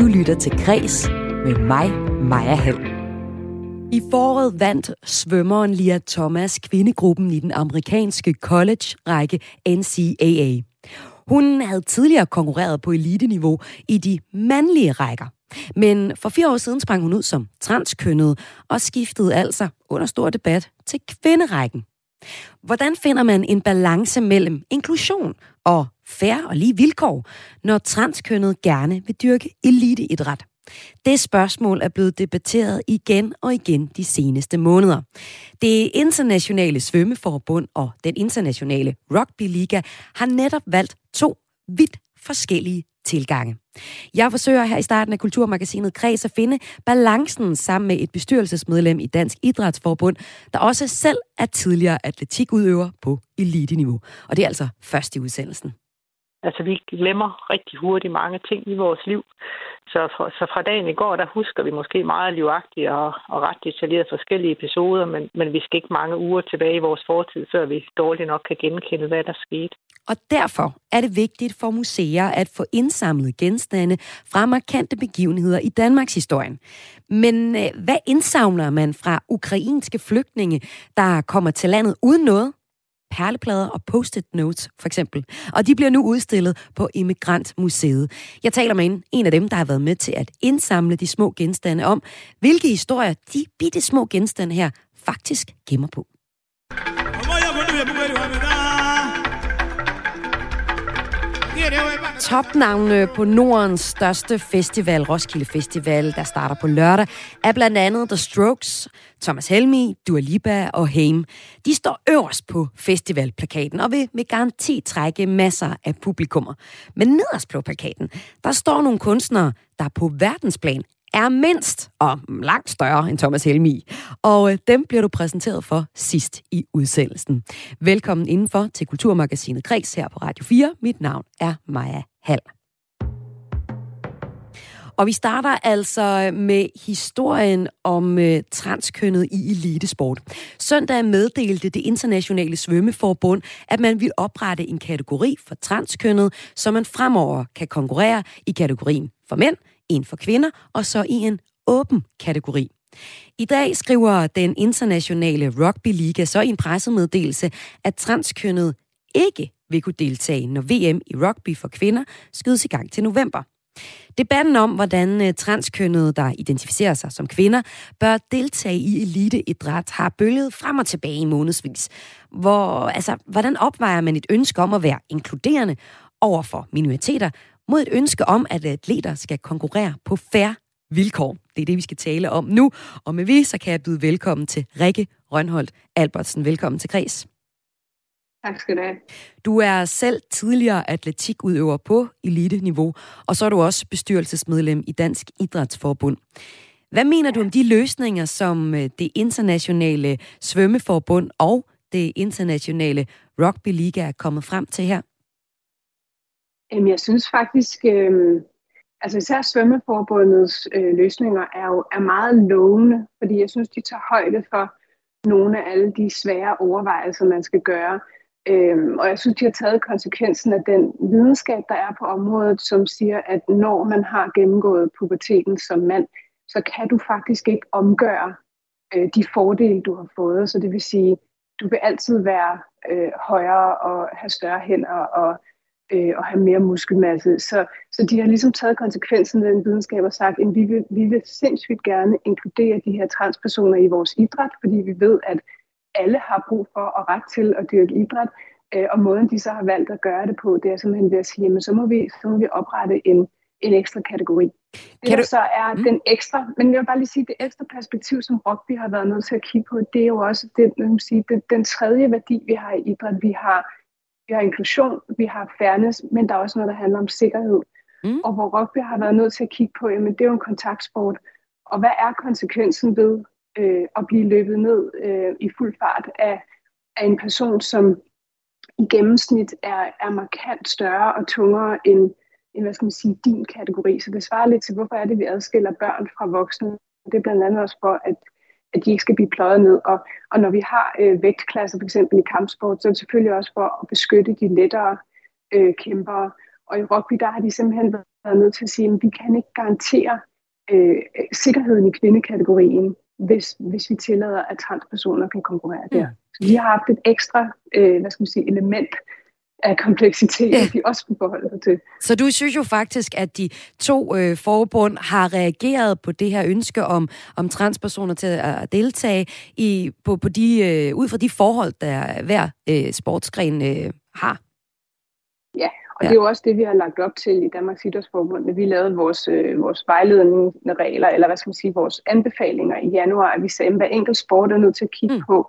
Du lytter til Kres med mig, Maja Hall. I foråret vandt svømmeren Lia Thomas kvindegruppen i den amerikanske college-række NCAA. Hun havde tidligere konkurreret på eliteniveau i de mandlige rækker. Men for 4 år siden sprang hun ud som transkønnet og skiftede altså under stor debat til kvinderækken. Hvordan finder man en balance mellem inklusion og fair og lige vilkår, når transkønnet gerne vil dyrke eliteidræt? Det spørgsmål er blevet debatteret igen og igen de seneste måneder. Det internationale svømmeforbund og den internationale rugbyliga har netop valgt 2 vidt forskellige tilgange. Jeg forsøger her i starten af Kulturmagasinet Kres at finde balancen sammen med et bestyrelsesmedlem i Dansk Idrætsforbund, der også selv er tidligere atletikudøver på eliteniveau. Og det er altså først i udsendelsen. Altså, vi glemmer rigtig hurtigt mange ting i vores liv. Så fra dagen i går, der husker vi måske meget livagtigt og ret detaljeret forskellige episoder, men vi skal ikke mange uger tilbage i vores fortid, før vi dårligt nok kan genkende, hvad der skete. Og derfor er det vigtigt for museer at få indsamlet genstande fra markante begivenheder i Danmarks historien. Men hvad indsamler man fra ukrainske flygtninge, der kommer til landet uden noget? Perleplader og post-it notes, for eksempel. Og de bliver nu udstillet på Immigrantmuseet. Jeg taler med en af dem, der har været med til at indsamle de små genstande om, hvilke historier de bitte små genstande her faktisk gemmer på. Topnavnene på Nordens største festival, Roskilde Festival, der starter på lørdag, er blandt andet The Strokes, Thomas Helmig, Dua Lipa og Haim. De står øverst på festivalplakaten og vil med garanti trække masser af publikummer. Men nederst på plakaten, der står nogle kunstnere, der på verdensplan er mindst og langt større end Thomas Helmig. Og dem bliver du præsenteret for sidst i udsendelsen. Velkommen indenfor til Kulturmagasinet Kres her på Radio 4. Mit navn er Maja Hall. Og vi starter altså med historien om transkønnet i elitesport. Søndag meddelte det internationale svømmeforbund, at man vil oprette en kategori for transkønnet, så man fremover kan konkurrere i kategorien for mænd, en for kvinder og så i en åben kategori. I dag skriver den internationale rugbyliga så i en pressemeddelelse, at transkønnet ikke vil kunne deltage, når VM i rugby for kvinder skydes i gang til november. Debatten om, hvordan transkønnede, der identificerer sig som kvinder, bør deltage i eliteidræt, har bølget frem og tilbage i månedsvis. Hvordan opvejer man et ønske om at være inkluderende over for minoriteter, mod et ønske om, at atleter skal konkurrere på fair vilkår? Det er det, vi skal tale om nu. Og med vi, så kan jeg byde velkommen til Rikke Rønholdt Albertsen. Velkommen til Kres. Tak skal du have. Du er selv tidligere atletikudøver på eliteniveau, og så er du også bestyrelsesmedlem i Dansk Idrætsforbund. Hvad mener du om de løsninger, som det internationale svømmeforbund og det internationale rugbyliga er kommet frem til her? Jeg synes faktisk, især svømmeforbundets løsninger er meget lovende, fordi jeg synes, de tager højde for nogle af alle de svære overvejelser, man skal gøre. Og jeg synes, de har taget konsekvensen af den videnskab, der er på området, som siger, at når man har gennemgået puberteten som mand, så kan du faktisk ikke omgøre de fordele, du har fået. Så det vil sige, du vil altid være højere og have større hænder og have mere muskelmasse. Så de har ligesom taget konsekvensen af den videnskab og sagt, at vi vil sindssygt gerne inkludere de her transpersoner i vores idræt, fordi vi ved, at alle har brug for og ret til at dyrke idræt. Og måden, de så har valgt at gøre det på, det er simpelthen ved at sige, jamen, så må vi oprette en ekstra kategori. Så er den ekstra, men jeg vil bare lige sige, det ekstra perspektiv, som rugby har været nødt til at kigge på, det er jo også den tredje værdi, vi har i idræt. Vi har inklusion, vi har fairness, men der er også noget, der handler om sikkerhed. Og hvor rugby har været nødt til at kigge på, jamen det er jo en kontaktsport. Og hvad er konsekvensen ved at blive løbet ned i fuld fart af en person, som i gennemsnit er markant større og tungere end din kategori. Så det svarer lidt til, hvorfor er det, vi adskiller børn fra voksne. Det er blandt andet også for, at de ikke skal blive pløjet ned. Og når vi har vægtklasser, for eksempel i kampsport, så er det selvfølgelig også for at beskytte de lettere kæmpere. Og i rugby, der har de simpelthen været nødt til at sige, at vi kan ikke garantere sikkerheden i kvindekategorien, hvis vi tillader, at transpersoner kan konkurrere der. Så vi har haft et ekstra element af kompleksitet, vi også skal forholde sig til. Så du synes jo faktisk, at de to forbund har reageret på det her ønske om transpersoner til at deltage ud fra de forhold, der hver sportsgren har? Ja, og det er jo også det, vi har lagt op til i Danmarks Idrætsforbund, når vi lavede vores vejledende regler, eller vores anbefalinger i januar, at vi sagde, at hver enkelt sport er nødt til at kigge på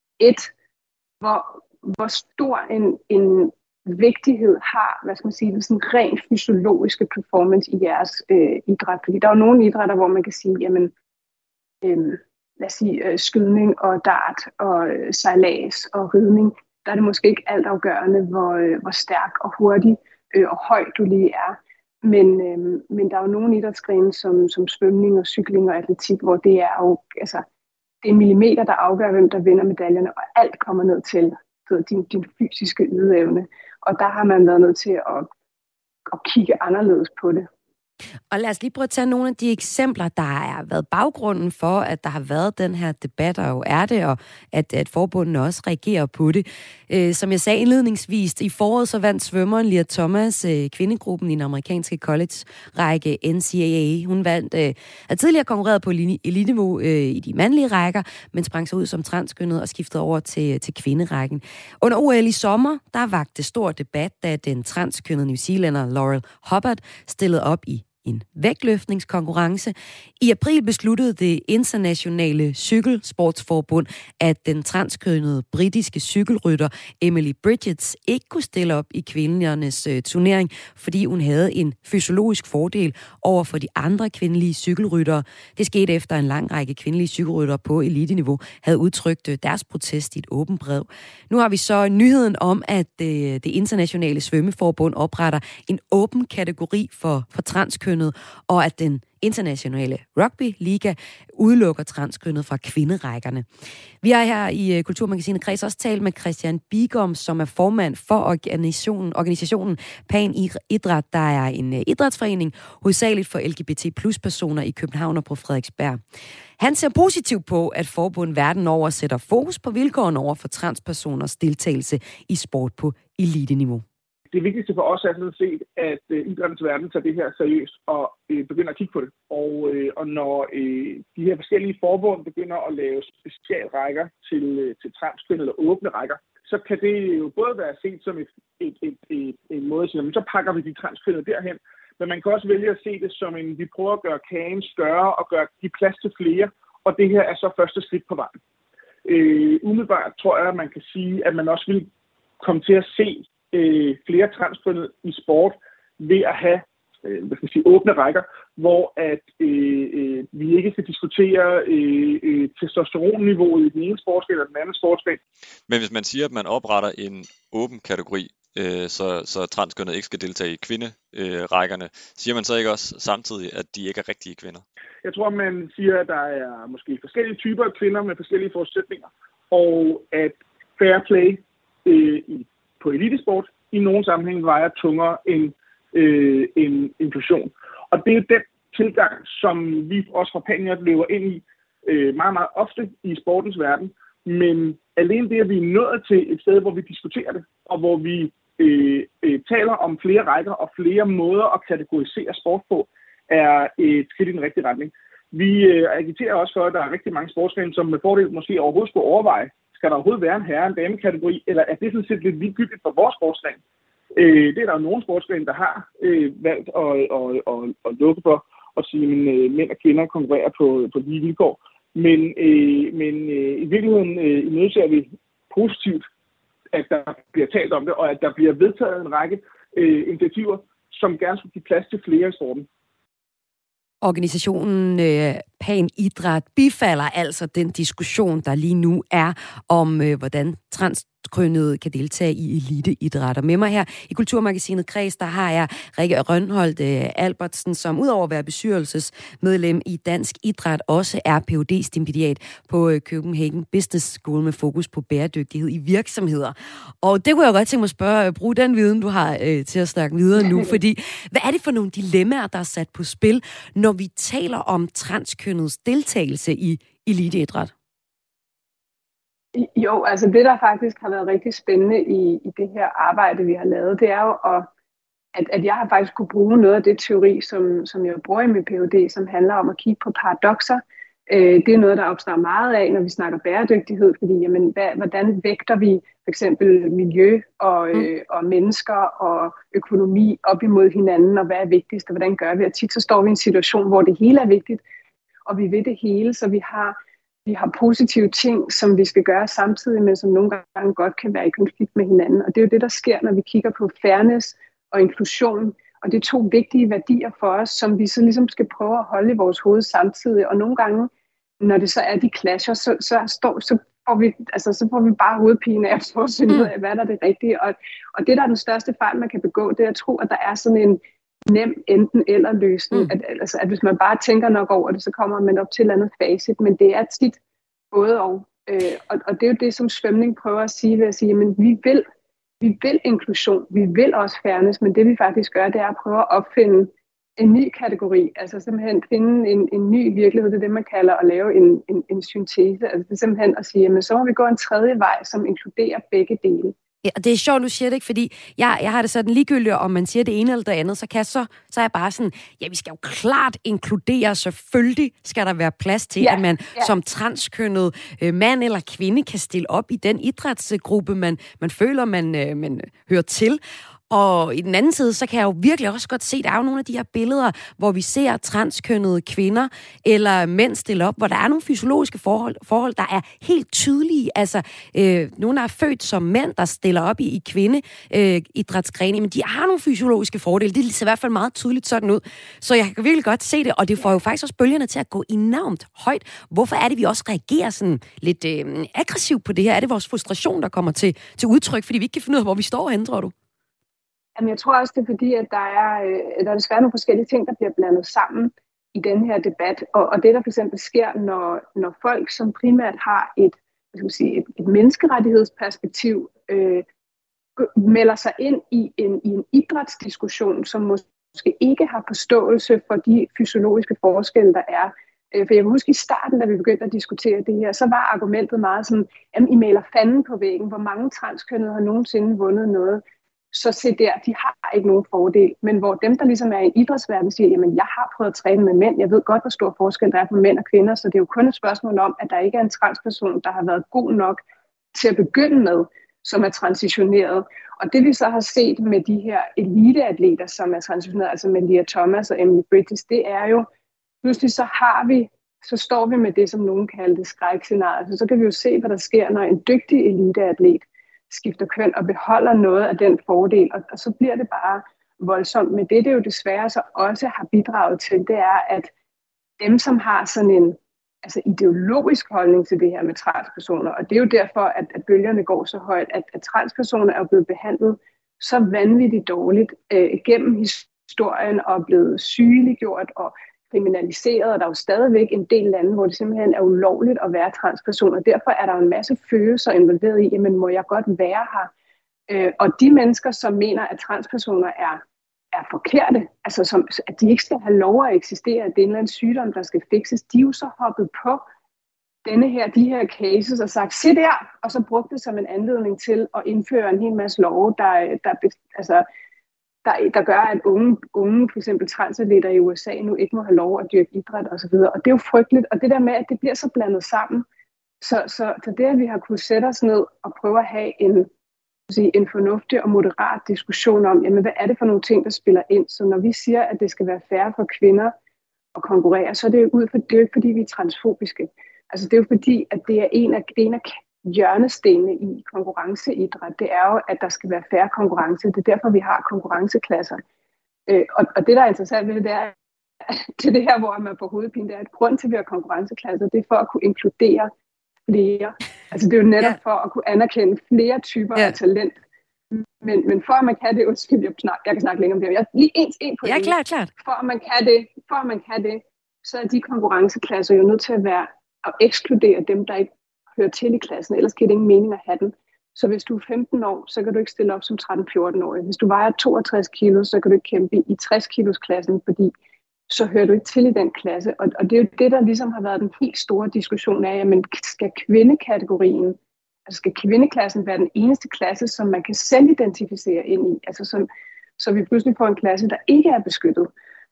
hvor stor en vigtighed har, den sådan rent fysiologiske performance i jeres idræt. Fordi der er jo nogle idrætter, hvor man kan sige, jamen, lad os sige, skydning og dart og sejlads og ridning, der er det måske ikke altafgørende, hvor stærk og hurtig og høj du lige er. Men der er jo nogle idrætsgrene som svømning og cykling og atletik, hvor det er jo, det er millimeter, der afgør, hvem der vinder medaljerne, og alt kommer ned til din fysiske ydeevne. Og der har man været nødt til at kigge anderledes på det. Og lad os lige prøve at tage nogle af de eksempler, der har været baggrunden for, at der har været den her debat, og jo er det, og at forbundene også reagerer på det. Som jeg sagde indledningsvis, i foråret så vandt svømmeren Lia Thomas kvindegruppen i den amerikanske college-række NCAA. Hun vandt, at tidligere konkurreret på eliteniveau i de mandlige rækker, men sprang sig ud som transkønnet og skiftede over til kvinderækken. Under OL i sommer, der vagte stor debat, da den transkønnede New Zealander Laurel Hubbard stillede op i en vægtløftningskonkurrence. I april besluttede det internationale cykelsportsforbund, at den transkønnede britiske cykelrytter Emily Bridges ikke kunne stille op i kvindernes turnering, fordi hun havde en fysiologisk fordel over for de andre kvindelige cykelryttere. Det skete efter en lang række kvindelige cykelryttere på eliteniveau havde udtrykt deres protest i et åbent brev. Nu har vi så nyheden om, at det internationale svømmeforbund opretter en åben kategori for transkønnede, og at den internationale rugby-liga udelukker transkønnet fra kvinderækkerne. Vi har her i Kulturmagasinet Kreds også talt med Christian Bigum, som er formand for organisationen Pan Idræt, der er en idrætsforening, hovedsageligt for LGBT+-personer i København og på Frederiksberg. Han ser positivt på, at forbund verden over sætter fokus på vilkårene over for transpersoners deltagelse i sport på eliteniveau. Det vigtigste for os er sådan set, at idrættens verden tager det her seriøst og begynder at kigge på det. Og når de her forskellige forbund begynder at lave specialrækker til transkøn eller åbne rækker, så kan det jo både være set som en måde at sige, så pakker vi de transkønnede derhen, men man kan også vælge at se det som vi prøver at gøre kagen større og give plads til flere, og det her er så første skridt på vejen. Umiddelbart tror jeg, at man kan sige, at man også vil komme til at se flere transkønnede i sport ved at have åbne rækker, hvor at vi ikke skal diskutere testosteronniveauet i den ene sportsgren eller den anden sportsgren. Men hvis man siger, at man opretter en åben kategori, så transkønnede ikke skal deltage i kvinderækkerne, siger man så ikke også samtidig, at de ikke er rigtige kvinder? Jeg tror, man siger, at der er måske forskellige typer af kvinder med forskellige forudsætninger, og at fair play på elitesport i nogle sammenhæng vejer tungere end inklusion. Og det er den tilgang, som vi også fra Pan løber ind i meget, meget ofte i sportens verden. Men alene det, at vi er nået til et sted, hvor vi diskuterer det, og hvor vi taler om flere rækker og flere måder at kategorisere sport på, er et skridt i den rigtige retning. Vi agiterer også for, at der er rigtig mange sportsgrene, som med fordel måske overhovedet skulle overveje, skal der overhovedet være en herre- og damekategori, eller er det sådan set lidt ligegyldigt for vores sportsgren? Det er der jo nogle sportsgrene, der har valgt at lukke for og sige, at mænd og kvinder konkurrerer på lige vilkår. Men i virkeligheden imødeser vi positivt, at der bliver talt om det, og at der bliver vedtaget en række initiativer, som gerne skulle give plads til flere i sporten. Organisationen panidræt bifalder altså den diskussion, der lige nu er om, hvordan transkønnede kan deltage i eliteidrætter. Med mig her i Kulturmagasinet Kreds, der har jeg Rikke Rønholdt Albertsen, som udover at være bestyrelsesmedlem i Dansk Idræt, også er Ph.D.-stipendiat på Copenhagen Business School med fokus på bæredygtighed i virksomheder. Og det kunne jeg godt tænke mig at spørge, brug den viden, du har til at snakke videre nu, fordi hvad er det for nogle dilemmaer, der er sat på spil, når vi taler om transkønnedes deltagelse i eliteidræt? Jo, altså det, der faktisk har været rigtig spændende i det her arbejde, vi har lavet, det er jo, at jeg har faktisk kunne bruge noget af det teori, som jeg bruger i min Ph.D., som handler om at kigge på paradokser. Det er noget, der opstår meget af, når vi snakker bæredygtighed, fordi jamen, hvordan vægter vi for eksempel miljø og mennesker og økonomi op imod hinanden, og hvad er vigtigst, og hvordan gør vi? Og tit så står vi i en situation, hvor det hele er vigtigt, og vi ved det hele, så vi har positive ting, som vi skal gøre samtidig, men som nogle gange godt kan være i konflikt med hinanden. Og det er jo det, der sker, når vi kigger på fairness og inklusion. Og det er 2 vigtige værdier for os, som vi så ligesom skal prøve at holde i vores hoved samtidig. Og nogle gange, når det så er de clasher, så får vi bare hovedpine af at finde ud af, hvad der er det rigtige. Og det, der er den største fejl, man kan begå, det er at tro, at der er sådan en nem enten-eller løsning. At hvis man bare tænker nok over det, så kommer man op til et eller andet facit. Men det er tit både og. Og det er jo det, som svømning prøver at sige ved at sige, men vi vil inklusion, vi vil også fairness, men det vi faktisk gør, det er at prøve at opfinde en ny kategori. Altså simpelthen finde en ny virkelighed. Det er det, man kalder at lave en syntese. Altså det er simpelthen at sige, men så må vi gå en tredje vej, som inkluderer begge dele. Ja, og det er sjovt, du siger det, ikke? Fordi jeg har det sådan ligegyldigt, om man siger det ene eller det andet, så er jeg bare sådan, ja, vi skal jo klart inkludere, selvfølgelig skal der være plads til, at man som transkønnet mand eller kvinde kan stille op i den idrætsgruppe, man føler, man hører til. Og i den anden side, så kan jeg jo virkelig også godt se, der er jo nogle af de her billeder, hvor vi ser transkønnede kvinder eller mænd stille op, hvor der er nogle fysiologiske forhold, der er helt tydelige. Altså, nogle er født som mænd, der stiller op i idrætsgrene, men de har nogle fysiologiske fordele. Det ser i hvert fald meget tydeligt sådan ud. Så jeg kan virkelig godt se det, og det får jo faktisk også bølgerne til at gå enormt højt. Hvorfor er det, vi også reagerer sådan lidt aggressivt på det her? Er det vores frustration, der kommer til udtryk, fordi vi ikke kan finde ud af, hvor vi står henne, tror du? Jamen, jeg tror også, det er fordi, at der er desværre nogle forskellige ting, der bliver blandet sammen i den her debat. Og det, der for eksempel sker, når folk, som primært har et menneskerettighedsperspektiv, melder sig ind i en idrætsdiskussion, som måske ikke har forståelse for de fysiologiske forskelle, der er. For jeg kan huske i starten, da vi begyndte at diskutere det her, så var argumentet meget sådan, at I maler fanden på væggen. Hvor mange transkønnede har nogensinde vundet noget? Så se der, de har ikke nogen fordel. Men hvor dem, der ligesom er i en idrætsverden, siger, jamen jeg har prøvet at træne med mænd, jeg ved godt, hvor stor forskel der er på mænd og kvinder, så det er jo kun et spørgsmål om, at der ikke er en transperson, der har været god nok til at begynde med, som er transitioneret. Og det vi så har set med de her eliteatleter, som er transitioneret, altså med Lia Thomas og Emily Bridges, det er jo, pludselig så står vi med det, som nogen kalder det skrækscenarie. Så kan vi jo se, hvad der sker, når en dygtig eliteatlet skifter køn og beholder noget af den fordel, og så bliver det bare voldsomt. Men det jo desværre så også har bidraget til, det er, at dem, som har sådan en ideologisk holdning til det her med transpersoner, og det er jo derfor, at bølgerne går så højt, at transpersoner er blevet behandlet så vanvittigt dårligt gennem historien og blevet sygeliggjort og kriminaliseret, og der er jo stadigvæk en del lande, hvor det simpelthen er ulovligt at være transperson, og derfor er der jo en masse følelser involveret i, jamen må jeg godt være her? Og de mennesker, som mener, at transpersoner er forkerte, altså at de ikke skal have lov at eksistere, at det er en eller anden sygdom, der skal fikses, de er jo så hoppet på de her cases og sagt, se der, og så brugte det som en anledning til at indføre en hel masse love, der gør, at unge for eksempel transatleter i USA nu ikke må have lov at dyrke idræt osv. Og det er jo frygteligt, og det der med, at det bliver så blandet sammen, så det, at vi har kunnet sætte os ned og prøve at have en fornuftig og moderat diskussion om, jamen, hvad er det for nogle ting, der spiller ind? Så når vi siger, at det skal være fair for kvinder at konkurrere, så er det jo ikke fordi, vi er transfobiske. Altså det er jo fordi, at det er en af hjørnestenene i konkurrenceidræt, det er jo, at der skal være fair konkurrence. Det er derfor, vi har konkurrenklasser. Og det, der er interessant ved det, er, til det her, hvor man får hovedpine, det er, at grund til, at vi har konkurrenceklasser, det er for at kunne inkludere flere. Altså det er jo netop for at kunne anerkende flere typer af talent. Men for at man kan det, jeg kan snakke længere om det, jeg lige en på det. Ja, klart. For at man kan det, så er de konkurrenceklasser jo nødt til at ekskludere dem, der ikke hører til i klassen, ellers giver det ingen mening at have den. Så hvis du er 15 år, så kan du ikke stille op som 13-14-årig. Hvis du vejer 62 kilo, så kan du ikke kæmpe i 60 kilos klassen, fordi så hører du ikke til i den klasse. Og det er jo det, der ligesom har været den helt store diskussion af, jamen skal kvindekategorien, altså skal kvindeklassen være den eneste klasse, som man kan selv identificere ind i, altså så vi pludselig får en klasse, der ikke er beskyttet.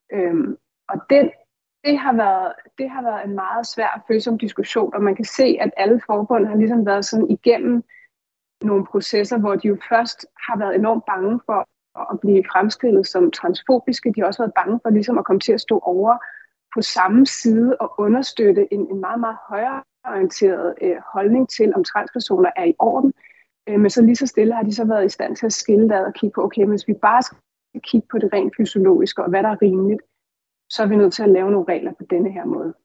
Og det har været en meget svær og følsom diskussion, og man kan se, at alle forbund har ligesom været sådan igennem nogle processer, hvor de jo først har været enormt bange for at blive fremstillet som transfobiske. De har også været bange for ligesom at komme til at stå over på samme side og understøtte en meget, meget højreorienteret holdning til, om transpersoner er i orden. Men så lige så stille har de så været i stand til at skille ad og kigge på, okay, hvis vi bare skal kigge på det rent fysiologiske og hvad der er rimeligt, så er vi nødt til at lave nogle regler på denne her måde.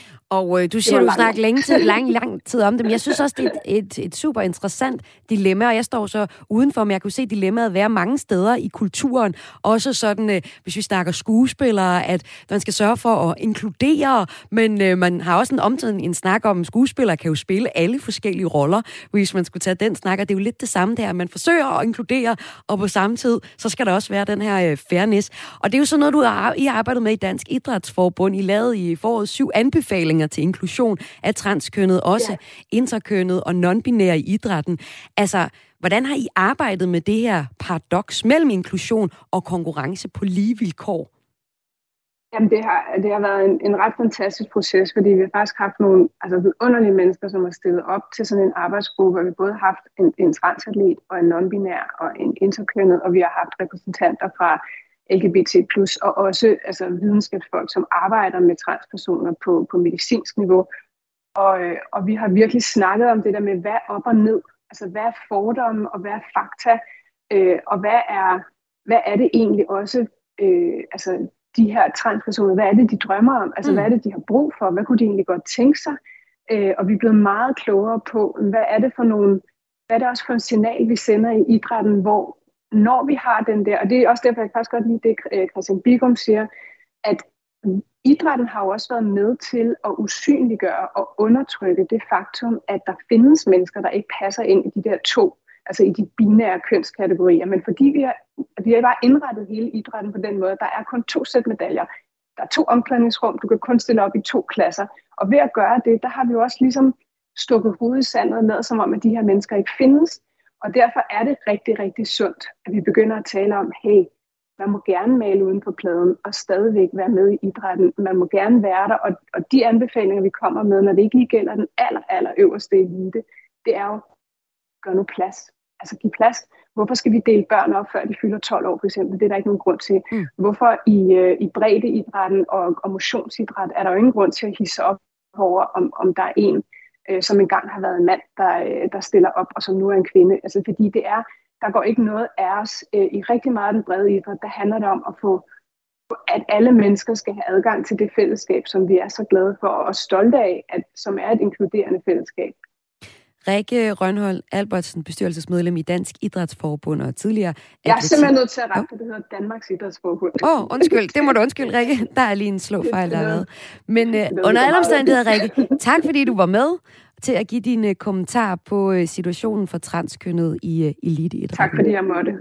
Og du siger, du snakker lang tid om det, men jeg synes også, det er et super interessant dilemma, og jeg står så udenfor, men jeg kunne se dilemmaet være mange steder i kulturen. Også sådan, hvis vi snakker skuespillere, at man skal sørge for at inkludere, men man har også en snak om, at skuespillere kan jo spille alle forskellige roller, hvis man skulle tage den snak, og det er jo lidt det samme der, man forsøger at inkludere, og på samme tid, så skal der også være den her fairness. Og det er jo sådan noget, I har arbejdet med i Dansk Idrætsforbund. I lavede i foråret 7 anbefalinger til inklusion af transkønnet, også interkønnet og non-binære i idrætten. Altså, hvordan har I arbejdet med det her paradoks mellem inklusion og konkurrence på lige vilkår? Jamen, det har været en ret fantastisk proces, fordi vi har faktisk haft nogle vidunderlige mennesker, som har stillet op til sådan en arbejdsgruppe, og vi både har haft en transatlet og en non-binær og en interkønnet, og vi har haft repræsentanter fra LGBT+, og også videnskabsfolk, som arbejder med transpersoner på medicinsk niveau. Og vi har virkelig snakket om det der med, hvad er op og ned? Altså, hvad er fordomme, og hvad er fakta? Og hvad er det egentlig også, de her transpersoner, hvad er det, de drømmer om? Altså, hvad er det, de har brug for? Hvad kunne de egentlig godt tænke sig? Og vi er blevet meget klogere på, hvad er det også for en signal, vi sender i idrætten, hvor når vi har den der, og det er også derfor, jeg faktisk godt lide det, Christian Bigum siger, at idrætten har jo også været med til at usynliggøre og undertrykke det faktum, at der findes mennesker, der ikke passer ind i de der to, altså i de binære kønskategorier. Men fordi vi har bare indrettet hele idrætten på den måde, der er kun 2 sæt medaljer. Der er 2 omklædningsrum, du kan kun stille op i 2 klasser. Og ved at gøre det, der har vi jo også ligesom stukket hovedet i sandet og lavet som om, at de her mennesker ikke findes. Og derfor er det rigtig, rigtig sundt, at vi begynder at tale om, hey, man må gerne male uden på pladen og stadigvæk være med i idrætten. Man må gerne være der, og de anbefalinger, vi kommer med, når det ikke lige gælder den aller øverste elite, det er jo, gør nu plads. Altså giv plads. Hvorfor skal vi dele børn op, før de fylder 12 år, for eksempel? Det er der ikke nogen grund til. Hvorfor i breddeidrætten og motionsidræt er der jo ingen grund til at hisse op over, om der er en, som engang har været en mand, der stiller op, og som nu er en kvinde. Altså fordi der går ikke noget af os i rigtig meget af den brede idræt, der handler det om at alle mennesker skal have adgang til det fællesskab, som vi er så glade for og stolte af, som er et inkluderende fællesskab. Rikke Rønholt Albertsen, bestyrelsesmedlem i Dansk Idrætsforbund og tidligere... Jeg er simpelthen nødt til at rette, det hedder Danmarks Idrætsforbund. Undskyld, det må du undskylde, Rikke. Der er lige en slåfejl, der har været. Men under alle omstændigheder, Rikke, tak fordi du var med til at give dine kommentarer på situationen for transkønnet i eliteidrætten. Tak fordi jeg måtte.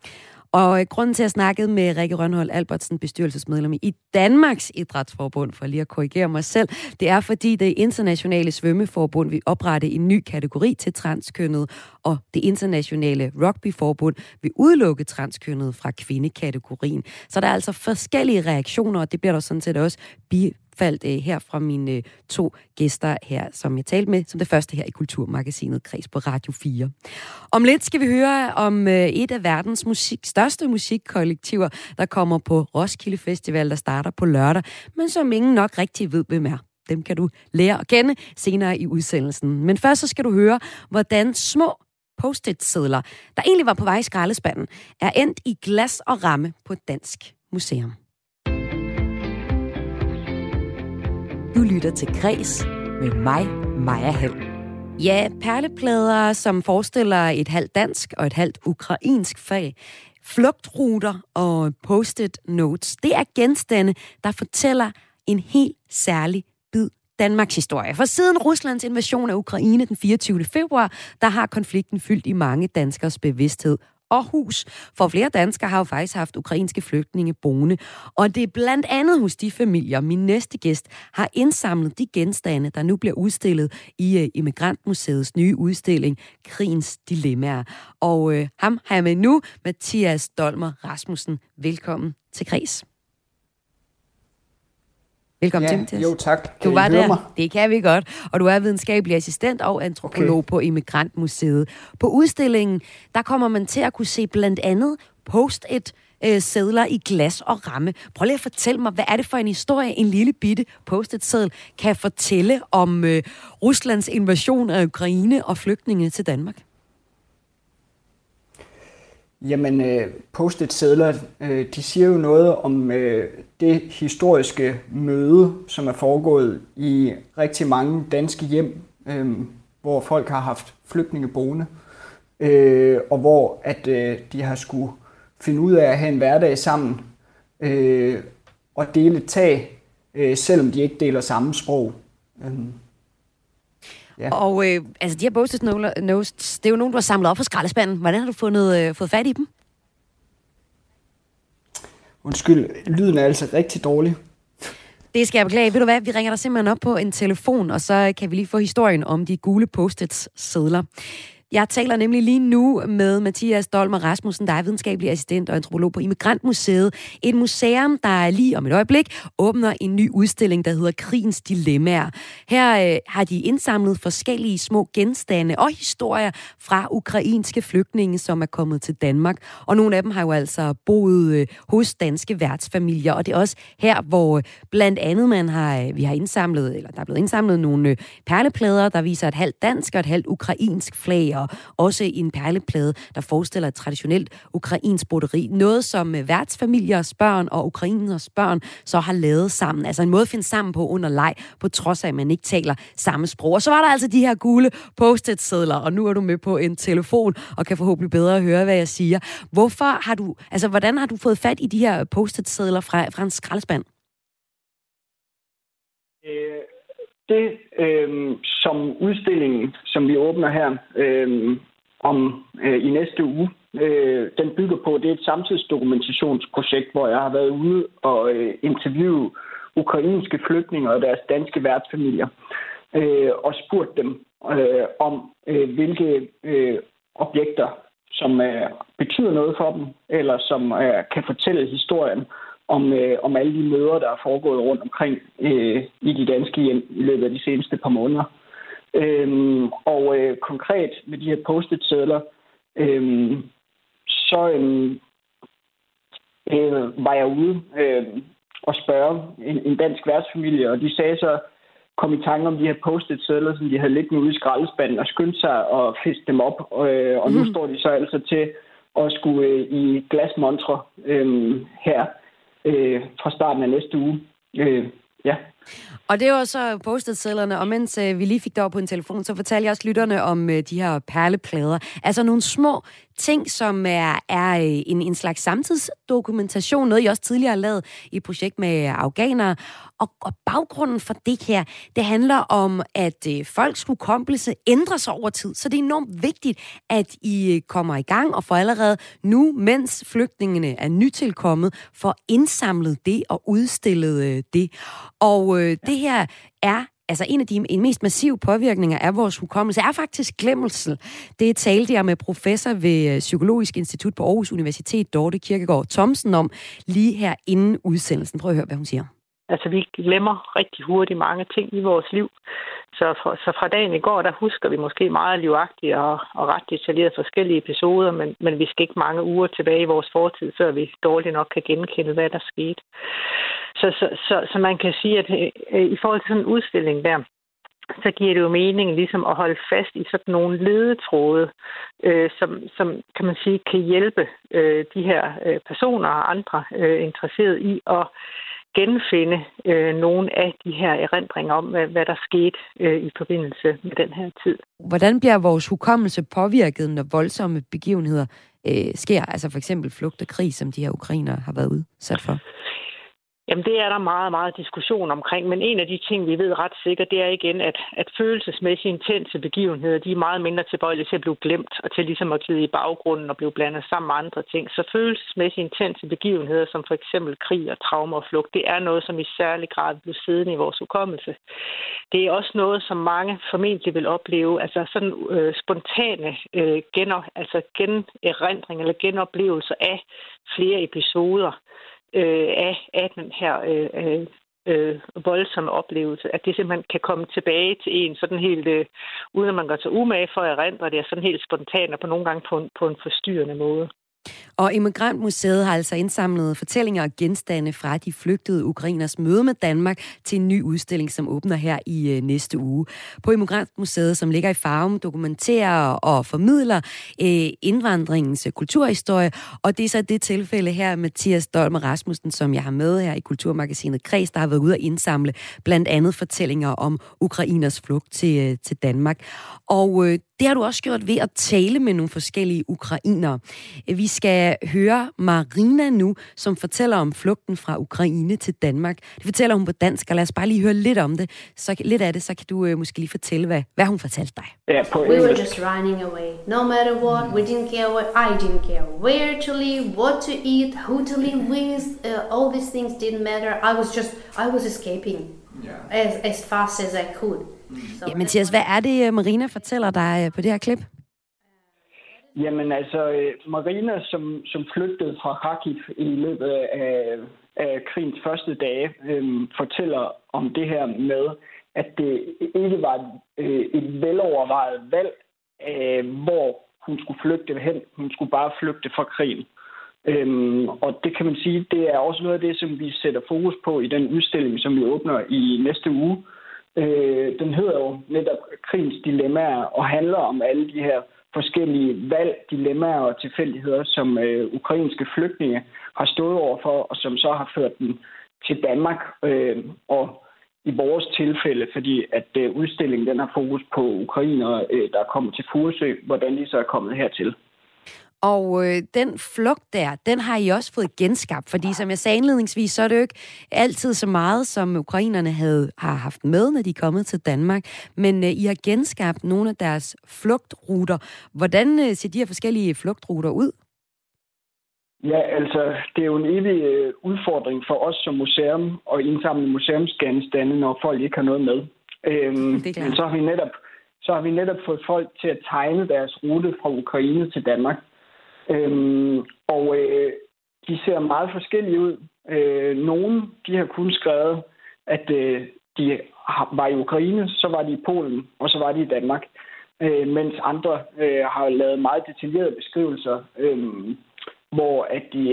Og grunden til at snakke med Rikke Rønholt Albertsen, bestyrelsesmedlem i Danmarks Idrætsforbund, for lige at korrigere mig selv, det er fordi det internationale svømmeforbund vil oprette en ny kategori til transkønnet, og det internationale rugbyforbund vil udelukke transkønnet fra kvindekategorien. Så der er altså forskellige reaktioner, og det bliver der sådan set også bifaldt her fra mine 2 gæster her, som jeg talte med, som det første her i Kulturmagasinet Kreds på Radio 4. Om lidt skal vi høre om et af verdens største musikkollektiver, der kommer på Roskilde Festival, der starter på lørdag, men som ingen nok rigtig ved, hvem er. Dem kan du lære at kende senere i udsendelsen. Men først så skal du høre, hvordan små post-it-sedler, der egentlig var på vej i skraldespanden, er endt i glas og ramme på et dansk museum. Du lytter til Græs med mig, Maja Hall. Ja, perleplader, som forestiller et halvt dansk og et halvt ukrainsk fag, flugtruter og post-it notes, det er genstande, der fortæller en helt særlig bid Danmarks historie. For siden Ruslands invasion af Ukraine den 24. februar, der har konflikten fyldt i mange danskers bevidsthed og hus. For flere danskere har jo faktisk haft ukrainske flygtninge boende. Og det er blandt andet hos de familier, min næste gæst har indsamlet de genstande, der nu bliver udstillet i Immigrantmuseets nye udstilling, Krigens Dilemmaer. Og ham har jeg med nu, Mathias Dolmer Rasmussen. Velkommen til Græs. Velkommen til, Mathias. Jo, tak. Du var der. Det kan vi godt. Og du er videnskabelig assistent og antropolog på Immigrantmuseet. På udstillingen, der kommer man til at kunne se blandt andet post-it sedler i glas og ramme. Prøv lige at fortælle mig, hvad er det for en historie, en lille bitte post-it-seddel kan fortælle om Ruslands invasion af Ukraine og flygtninge til Danmark? Jamen, post-it-sedler, de siger jo noget om det historiske møde, som er foregået i rigtig mange danske hjem, hvor folk har haft flygtninge boende, og hvor at de har skulle finde ud af at have en hverdag sammen og dele et tag, selvom de ikke deler samme sprog. Ja. Og altså de her post-it notes, det er jo nogen, du har samlet op fra skraldespanden. Hvordan har du fået fat i dem? Undskyld, lyden er altså rigtig dårlig. Det skal jeg beklage. Ved du hvad, vi ringer dig simpelthen op på en telefon, og så kan vi lige få historien om de gule post-it-sedler. Jeg taler nemlig lige nu med Mathias Dolmer Rasmussen, der er videnskabelig assistent og antropolog på Immigrantmuseet. Et museum, der lige om et øjeblik åbner en ny udstilling, der hedder Krigens Dilemmaer. Her har de indsamlet forskellige små genstande og historier fra ukrainske flygtninge, som er kommet til Danmark. Og nogle af dem har jo altså boet hos danske værtsfamilier. Og det er også her, hvor blandt andet vi har indsamlet, eller der er blevet indsamlet nogle perleplader, der viser et halvt dansk og et halvt ukrainsk flag, og også en perleplade, der forestiller et traditionelt ukrainsk broderi. Noget, som værtsfamiliers børn og ukrainers børn så har lavet sammen. Altså en måde at finde sammen på under leg, på trods af, at man ikke taler samme sprog. Og så var der altså de her gule post-it-sedler, og nu er du med på en telefon, og kan forhåbentlig bedre høre, hvad jeg siger. Hvordan har du fået fat i de her post-it-sedler fra en skraldespand? Det, som udstillingen, som vi åbner her i næste uge, den bygger på, det er et samtidsdokumentationsprojekt, hvor jeg har været ude og interviewe ukrainske flygtninge og deres danske værtsfamilier, og spurgt dem om, hvilke objekter, som betyder noget for dem, eller som kan fortælle historien om alle de møder, der er foregået rundt omkring i de danske hjem i løbet af de seneste par måneder. Konkret med de her post-it-sedler, var jeg ude og spørge en dansk værtsfamilie, og de sagde så, kom i tanke om de her post-it-sedler, som de havde liggende ude i skraldespanden, og skyndte sig at fiske dem op. Og nu står de så altså til at skulle i glasmontre her fra starten af næste uge. Ja. Og det var så post-it-sedlerne, og mens vi lige fik det over på en telefon, så fortalte jeg også lytterne om de her perleplader. Altså nogle små ting, som er en slags samtidsdokumentation, noget I også tidligere har lavet i et projekt med afghanere. Og baggrunden for det her, det handler om, at folks hukommelse ændrer sig over tid. Så det er enormt vigtigt, at I kommer i gang og får allerede nu, mens flygtningene er nytilkommet, får indsamlet det og udstillet det. Og det her er altså en af de mest massive påvirkninger af vores hukommelse, er faktisk glemmelse. Det talte jeg med professor ved Psykologisk Institut på Aarhus Universitet, Dorte Kirkegaard Thomsen, om lige her inden udsendelsen. Prøv at høre, hvad hun siger. Altså, vi glemmer rigtig hurtigt mange ting i vores liv. Så fra dagen i går, der husker vi måske meget livagtigt og ret detaljeret forskellige episoder, men vi skal ikke mange uger tilbage i vores fortid, før vi dårligt nok kan genkende, hvad der skete. Så man kan sige, at i forhold til sådan en udstilling der, så giver det jo mening ligesom at holde fast i sådan nogle ledetråde, som kan man sige kan hjælpe de her personer og andre interesserede i at genfinde nogle af de her erindringer om, hvad der skete i forbindelse med den her tid. Hvordan bliver vores hukommelse påvirket, når voldsomme begivenheder sker? Altså for eksempel flugt og krig, som de her ukrainere har været udsat for? Jamen, det er der meget, meget diskussion omkring, men en af de ting, vi ved ret sikkert, det er igen, at følelsesmæssigt intense begivenheder, de er meget mindre tilbøjelige til at blive glemt, og til ligesom at glide i baggrunden og blive blandet sammen med andre ting. Så følelsesmæssigt intense begivenheder, som for eksempel krig og traumer og flugt, det er noget, som i særlig grad bliver siddende i vores hukommelse. Det er også noget, som mange formentlig vil opleve, altså sådan spontane generindring eller genoplevelser af flere episoder, af den her voldsomme oplevelse, at det simpelthen kan komme tilbage til en sådan helt, uden at man går til umage for at erindre det, er sådan helt spontant og på nogle gange på en forstyrrende måde. Og Emigrantmuseet har altså indsamlet fortællinger og genstande fra de flygtede ukrainers møde med Danmark til en ny udstilling, som åbner her i næste uge. På Emigrantmuseet, som ligger i Farum, dokumenterer og formidler indvandringens kulturhistorie. Og det er så det tilfælde her, Mathias Dolmer Rasmussen, som jeg har med her i Kulturmagasinet Kreds, der har været ude at indsamle blandt andet fortællinger om ukrainers flugt til Danmark. Og det har du også gjort ved at tale med nogle forskellige ukrainere. Vi skal høre Marina nu, som fortæller om flugten fra Ukraine til Danmark. Det fortæller hun på dansk, og lad os bare lige høre lidt om det. Lidt af det, så kan du måske lige fortælle, hvad hun fortalte dig. We were just running away. No matter what, we didn't care what I didn't care. Where to live, what to eat, who to live with, all these things didn't matter. I was escaping as fast as I could. Ja, Mathias, hvad er det, Marina fortæller dig på det her klip? Jamen altså, Marina, som flygtede fra Kharkiv i løbet af krigens første dage, fortæller om det her med, at det ikke var et velovervejet valg, hvor hun skulle flygte hen. Hun skulle bare flygte fra krigen. Og det kan man sige, det er også noget af det, som vi sætter fokus på i den udstilling, som vi åbner i næste uge. Den hedder jo netop Krigens Dilemmaer og handler om alle de her forskellige valg, dilemmaer og tilfældigheder, som ukrainske flygtninge har stået overfor, og som så har ført dem til Danmark. Og i vores tilfælde, fordi at udstillingen den har fokus på ukrainere, der er kommet til Furesø, hvordan de så er kommet hertil. Og den flugt der, den har I også fået genskabt, fordi som jeg sagde indledningsvis, så er det jo ikke altid så meget, som ukrainerne har haft med, når de er kommet til Danmark. Men I har genskabt nogle af deres flugtruter. Hvordan ser de her forskellige flugtruter ud? Ja, altså, det er jo en evig udfordring for os som museum at indsamle museumsgenstande, når folk ikke har noget med. Men så har vi netop fået folk til at tegne deres rute fra Ukraine til Danmark. De ser meget forskellige ud. Nogle, de har kun skrevet, at de var i Ukraine, så var de i Polen, og så var de i Danmark. Mens andre har lavet meget detaljerede beskrivelser, hvor at de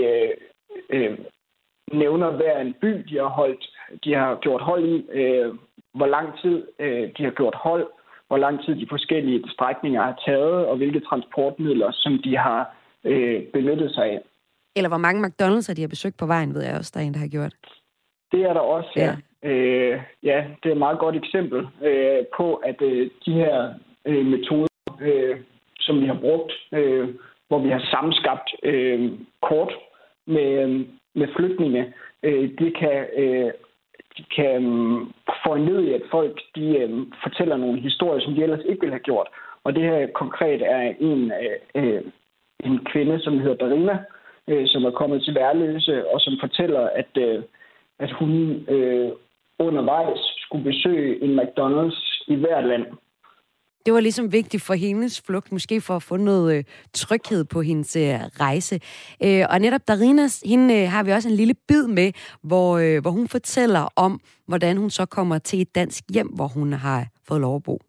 nævner hver en by, de har gjort hold i, hvor lang tid de har gjort hold, hvor lang tid de forskellige strækninger har taget, og hvilke transportmidler, som de har benyttet sig af. Eller hvor mange McDonald's de har besøgt på vejen, ved jeg også, der er en, der har gjort. Det er der også, ja. Ja, det er et meget godt eksempel på, at de her metoder, som vi har brugt, hvor vi har sammenskabt kort med flygtninge, de kan foranledige, at folk de fortæller nogle historier, som de ellers ikke ville have gjort. Og det her konkret er en kvinde, som hedder Darina, som er kommet til Værløse, og som fortæller, at hun undervejs skulle besøge en McDonald's i hvert land. Det var ligesom vigtigt for hendes flugt, måske for at få noget tryghed på hendes rejse. Og netop Darina, hende har vi også en lille bid med, hvor hun fortæller om, hvordan hun så kommer til et dansk hjem, hvor hun har fået lov at bo.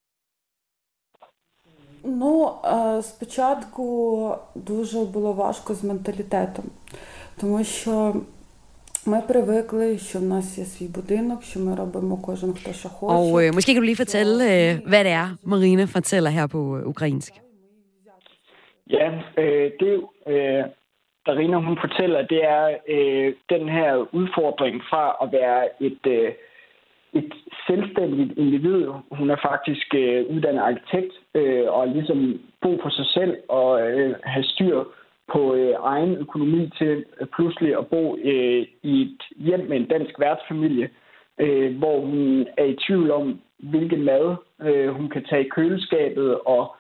Спочатку дуже було важко з менталітетом, тому що ми привикли, що в нас є свій будинок, що ми робимо кожен, хто що хоче. Og måske kan du lige fortælle, hvad det er, Marina fortæller her på ukrainsk. Ja, Darina hun fortæller, det er den her udfordring fra at være et selvstændigt individ. Hun er faktisk uddannet arkitekt og ligesom bo for sig selv og have styr på egen økonomi til pludselig at bo i et hjem med en dansk værtsfamilie, hvor hun er i tvivl om, hvilken mad hun kan tage i køleskabet, og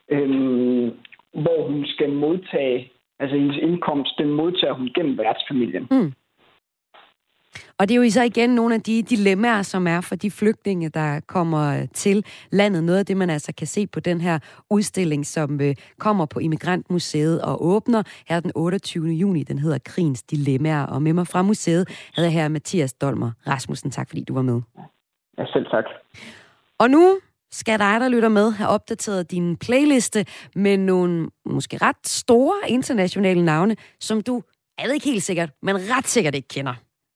hvor hun skal modtage, altså hendes indkomst, den modtager hun gennem værtsfamilien. Mm. Og det er jo så igen nogle af de dilemmaer, som er for de flygtninge, der kommer til landet. Noget af det, man altså kan se på den her udstilling, som kommer på Immigrantmuseet og åbner her den 28. juni. Den hedder Krigens Dilemmaer. Og med mig fra museet havde jeg her Mathias Dolmer Rasmussen. Tak fordi du var med. Ja, selv tak. Og nu skal dig, der lytter med, have opdateret din playliste med nogle måske ret store internationale navne, som du, jeg ved ikke helt sikkert, men ret sikkert ikke kender.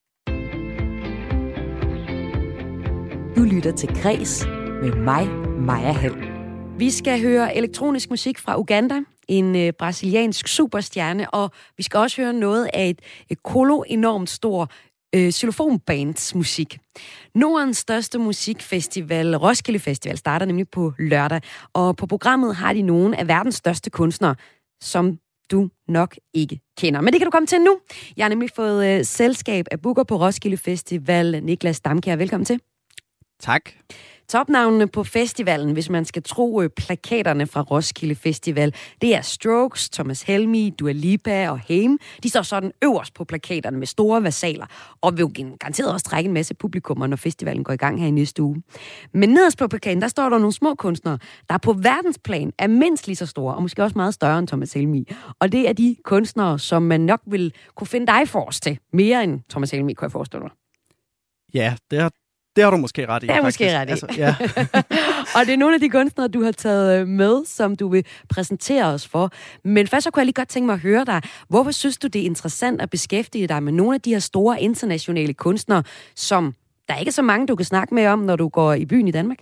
Du lytter til Kres med mig, Maja Hall. Vi skal høre elektronisk musik fra Uganda, en brasiliansk superstjerne, og vi skal også høre noget af et enormt stor xylofonbands musik. Nordens største musikfestival, Roskilde Festival, starter nemlig på lørdag, og på programmet har de nogle af verdens største kunstnere, som du nok ikke kender. Men det kan du komme til nu. Jeg har nemlig fået selskab af booker på Roskilde Festival, Niklas Damkjær. Velkommen til. Tak. Topnavnene på festivalen, hvis man skal tro plakaterne fra Roskilde Festival, det er Strokes, Thomas Helmig, Dua Lipa og Haim. De står sådan øverst på plakaterne med store versaler, og vil garanteret også trække en masse publikummer, når festivalen går i gang her i næste uge. Men nederst på plakaten, der står der nogle små kunstnere, der på verdensplan er mindst lige så store, og måske også meget større end Thomas Helmig. Og det er de kunstnere, som man nok vil kunne finde dig for os til, mere end Thomas Helmig, kunne jeg forestille mig. Ja, det har du måske ret i. Det er faktisk. måske ret i. Altså, ja. Og det er nogle af de kunstnere, du har taget med, som du vil præsentere os for. Men først så kunne jeg lige godt tænke mig at høre dig. Hvorfor synes du, det er interessant at beskæftige dig med nogle af de her store internationale kunstnere, som der ikke er så mange, du kan snakke med om, når du går i byen i Danmark?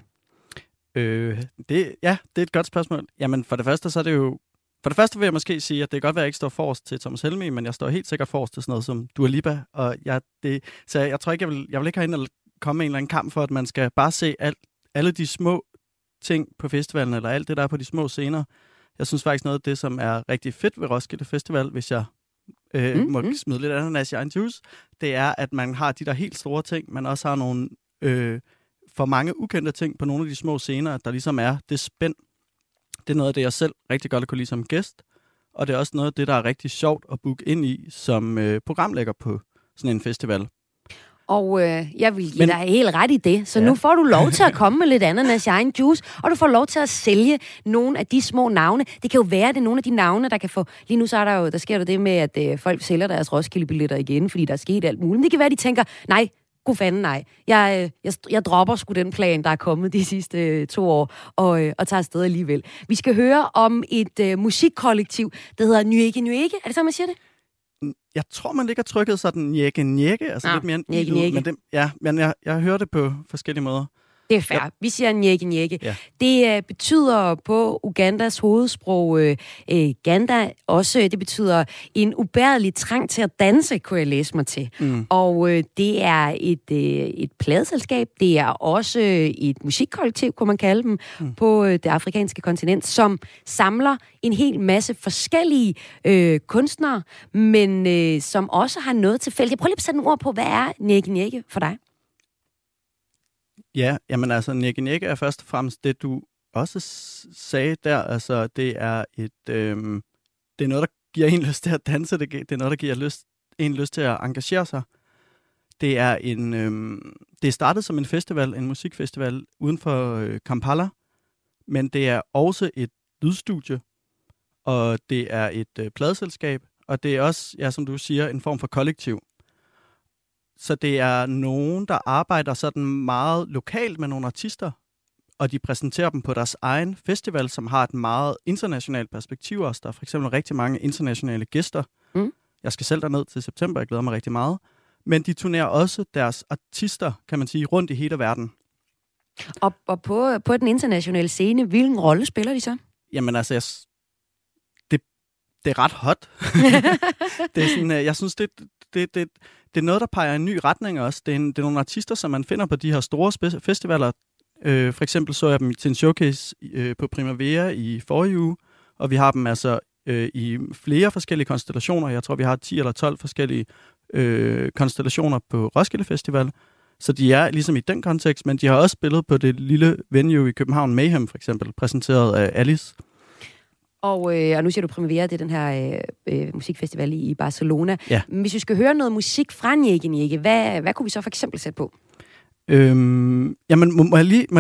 Det er et godt spørgsmål. Jamen, for det første vil jeg måske sige, at det kan godt være, at jeg ikke står forrest til Thomas Helmig, men jeg står helt sikkert forrest til sådan noget som Dua Lipa. Og så jeg tror ikke, jeg vil ikke have ind og komme med en eller anden kamp for, at man skal bare se alle de små ting på festivalen, eller alt det, der er på de små scener. Jeg synes faktisk noget af det, som er rigtig fedt ved Roskilde Festival, hvis jeg må smide lidt ananas i egen juice, det er, at man har de der helt store ting, man også har nogle for mange ukendte ting på nogle af de små scener, der ligesom er det spænd. Det er noget af det, jeg selv rigtig godt kunne lide som gæst, og det er også noget af det, der er rigtig sjovt at booke ind i som programlægger på sådan en festival. Og jeg vil give dig helt ret i det. Så nu får du lov til at komme med lidt ananas i egen juice, og du får lov til at sælge nogle af de små navne. Det kan jo være, at det er nogle af de navne, der kan få... Lige nu så er der sker der det med, at folk sælger deres Roskilde-billetter igen, fordi der er sket alt muligt. Men det kan være, at de tænker, nej, god fanden nej. Jeg dropper sgu den plan, der er kommet de sidste 2 år, og tager afsted alligevel. Vi skal høre om et musikkollektiv, der hedder Nyege Nyege. Er det så, man siger det? Jeg tror, man ikke har trykket sådan njække, altså lidt mere en men jeg hører det på forskellige måder. Det er fair. Ja. Vi siger njække. Ja. Det betyder på Ugandas hovedsprog, Ganda også, det betyder en ubærlig trang til at danse, kunne jeg læse mig til. Og det er et pladeselskab, det er også et musikkollektiv, kunne man kalde dem, på det afrikanske kontinent, som samler en hel masse forskellige kunstnere, men som også har noget til fælles. Jeg prøver lige at sætte nogle ord på, hvad er njække for dig? Ja, jamen altså, njække er først og fremmest det, du også sagde der. Altså, det er det er noget, der giver en lyst til at danse. Det er noget, der giver en lyst til at engagere sig. Det er det er startet som en festival, en musikfestival uden for Kampala, men det er også et lydstudie, og det er et pladeselskab, og det er også, ja, som du siger, en form for kollektiv. Så det er nogen, der arbejder sådan meget lokalt med nogle artister, og de præsenterer dem på deres egen festival, som har et meget internationalt perspektiv også. Der er for eksempel rigtig mange internationale gæster. Jeg skal selv derned til september, jeg glæder mig rigtig meget. Men de turnerer også deres artister, kan man sige, rundt i hele verden. Og på den internationale scene, hvilken rolle spiller de så? Jamen altså, Det er ret hot. Det er sådan, jeg synes, det er noget, der peger en ny retning også. Det er nogle artister, som man finder på de her store festivaler. For eksempel så jeg dem til en showcase på Primavera i forrige uge, og vi har dem altså i flere forskellige konstellationer. Jeg tror, vi har 10 eller 12 forskellige konstellationer på Roskilde Festival. Så de er ligesom i den kontekst, men de har også spillet på det lille venue i København, Mayhem for eksempel, præsenteret af Alice. Og nu siger du Primavera, det er den her musikfestival i Barcelona. Ja. Hvis vi skal høre noget musik fra Njække Njække, hvad kunne vi så for eksempel sætte på? Jamen, må jeg lige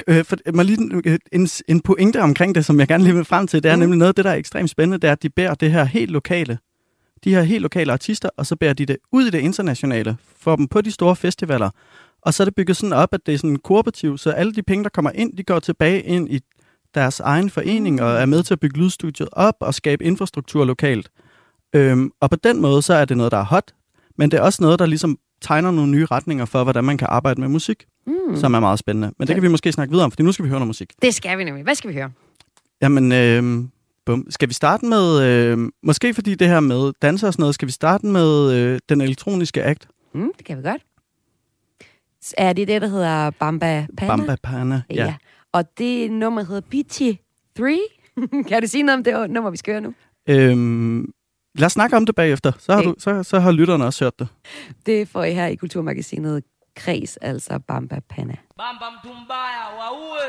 en pointe omkring det, som jeg gerne lige vil frem til. Det er nemlig noget af det, der er ekstremt spændende, det er, at de bærer det her helt lokale. De her helt lokale artister, og så bærer de det ud i det internationale, får dem på de store festivaler. Og så er det bygget sådan op, at det er sådan kooperativt, så alle de penge, der kommer ind, de går tilbage ind i deres egen forening, og er med til at bygge lydstudiet op og skabe infrastruktur lokalt. Og på den måde, så er det noget, der er hot, men det er også noget, der ligesom tegner nogle nye retninger for, hvordan man kan arbejde med musik, som er meget spændende. Men det kan vi måske snakke videre om, for nu skal vi høre noget musik. Det skal vi nemlig. Hvad skal vi høre? Jamen, skal vi starte med, måske fordi det her med danser og sådan noget, skal vi starte med den elektroniske akt? Det kan vi godt. Er det det, der hedder Bamba Pana? Bamba Pana, ja. Og det nummer hedder BT3. Kan du sige noget om det nummer, vi skal høre nu? Lad os snakke om det bagefter. Så har lytterne også hørt det. Det får I her i Kulturmagasinet Kreds, altså Bamba Pana. Bam bam tumbaya waue.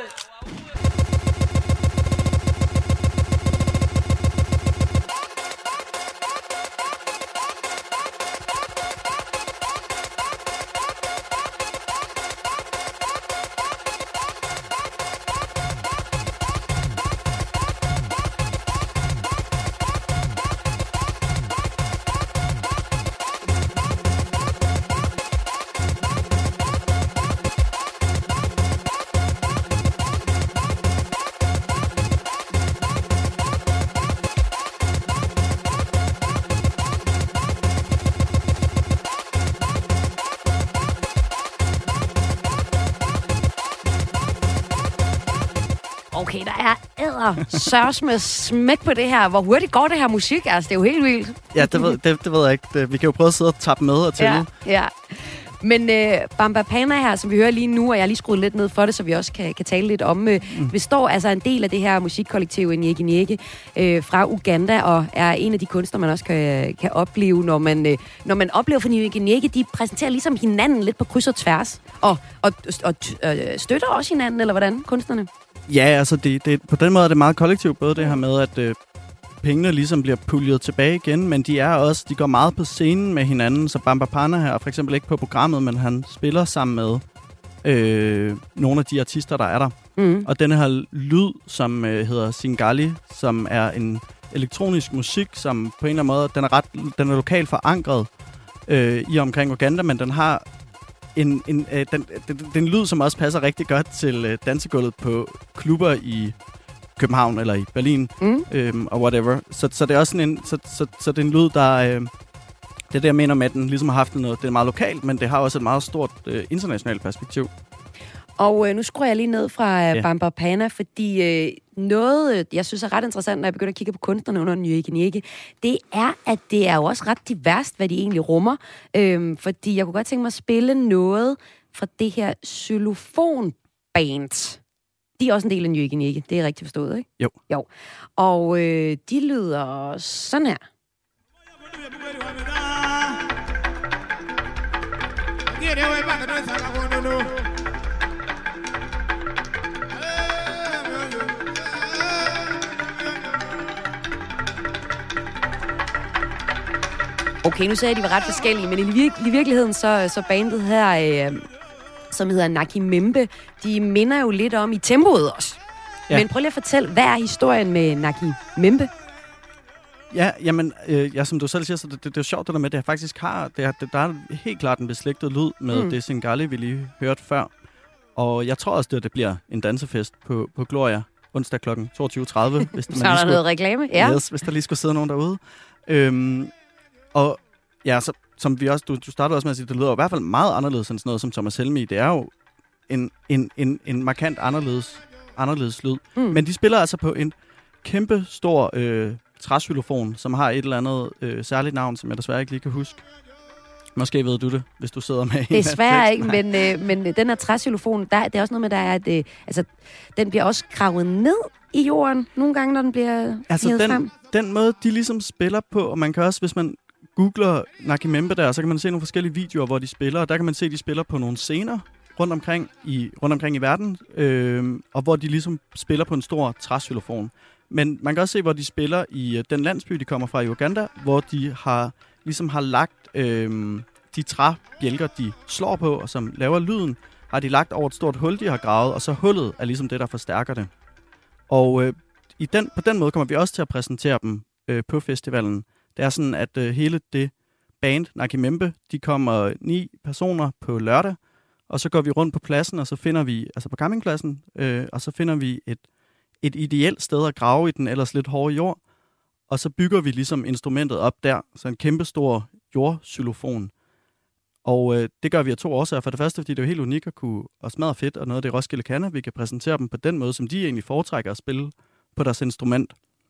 Okay, der er sørs med smæk på det her. Hvor hurtigt går det her musik? Altså, det er jo helt vildt. Ja, det ved jeg ikke. Vi kan jo prøve at sidde og tappe med og tælle. Ja. Men Bamba Pana her, som vi hører lige nu, og jeg har lige skruet lidt ned for det, så vi også kan tale lidt om, består altså en del af det her musikkollektiv Njække Njække fra Uganda, og er en af de kunstnere, man også kan opleve, når man oplever for Njække Njække. De præsenterer ligesom hinanden lidt på kryds og tværs, og støtter også hinanden, eller hvordan, kunstnerne? Ja, altså det, på den måde er det meget kollektivt, både det her med, at pengene ligesom bliver puljet tilbage igen, men de går meget på scenen med hinanden, så Bamba Pana her er for eksempel ikke på programmet, men han spiller sammen med nogle af de artister, der er der. Og denne her lyd, som hedder Singali, som er en elektronisk musik, som på en eller anden måde, den er lokalt forankret i omkring Uganda, men den har den lyd, som også passer rigtig godt til dansegulvet på klubber i København eller i Berlin og whatever. Så det er også sådan så det er en lyd, der det er det, jeg mener med, at den ligesom har haft noget. Det er meget lokalt, men det har også et meget stort internationalt perspektiv. Og nu skruer jeg lige ned fra Bamba Pana, fordi noget, jeg synes er ret interessant, når jeg begynder at kigge på kunstnerne under Njække Njække, det er, at det er jo også ret diverst, hvad de egentlig rummer. Fordi jeg kunne godt tænke mig at spille noget fra det her xylofonband. De er også en del af Njække Njække. Det er rigtigt forstået, ikke? Jo. Og de lyder sådan her. Okay, nu sagde jeg, at de var ret forskellige, men i virkeligheden så bandet her, som hedder Naki Membe, de minder jo lidt om i tempoet også. Ja. Men prøv lige at fortælle, hvad er historien med Naki Membe? Ja, jamen, som du selv siger, så det er sjovt det der med, det faktisk har, der er helt klart en beslægtet lyd med det Singali, vi lige hørte før. Og jeg tror også, det bliver en dansefest på Gloria onsdag kl. 22.30. Hvis så er der noget reklame, ja. Yes, hvis der lige skulle sidde nogen derude. Og ja, så, som vi også, du startede også med at sige, det lyder i hvert fald meget anderledes end sådan noget som Thomas Helmig. Det er jo en markant anderledes lyd. Men de spiller altså på en kæmpe stor træxylofon, som har et eller andet særligt navn, som jeg desværre ikke lige kan huske. Måske ved du det, hvis du sidder med en. Desværre ikke, men den her træxylofon, det er også noget med, der er, at den bliver også gravet ned i jorden nogle gange, når den bliver frem. Den måde, de ligesom spiller på, og man kan også, hvis man googler Nakimembe der, så kan man se nogle forskellige videoer, hvor de spiller, og der kan man se, at de spiller på nogle scener rundt omkring i verden, og hvor de ligesom spiller på en stor træxylofon. Men man kan også se, hvor de spiller i den landsby, de kommer fra i Uganda, hvor de har lagt de træbjælker, de slår på, og som laver lyden, har de lagt over et stort hul, de har gravet, og så hullet er ligesom det, der forstærker det. Og på den måde kommer vi også til at præsentere dem på festivalen. Det er sådan, at hele det band, Nakimembe, de kommer 9 personer på lørdag, og så går vi rundt på pladsen, og så finder vi, altså på campingpladsen, og så finder vi et ideelt sted at grave i den ellers lidt hårde jord, og så bygger vi ligesom instrumentet op der, så en kæmpe stor jordxylofon. Og det gør vi af 2 årsager. For det første, fordi det er jo helt unikt og smadre fedt, og noget af det Roskilde kan, at vi kan præsentere dem på den måde, som de egentlig foretrækker at spille på deres instrument.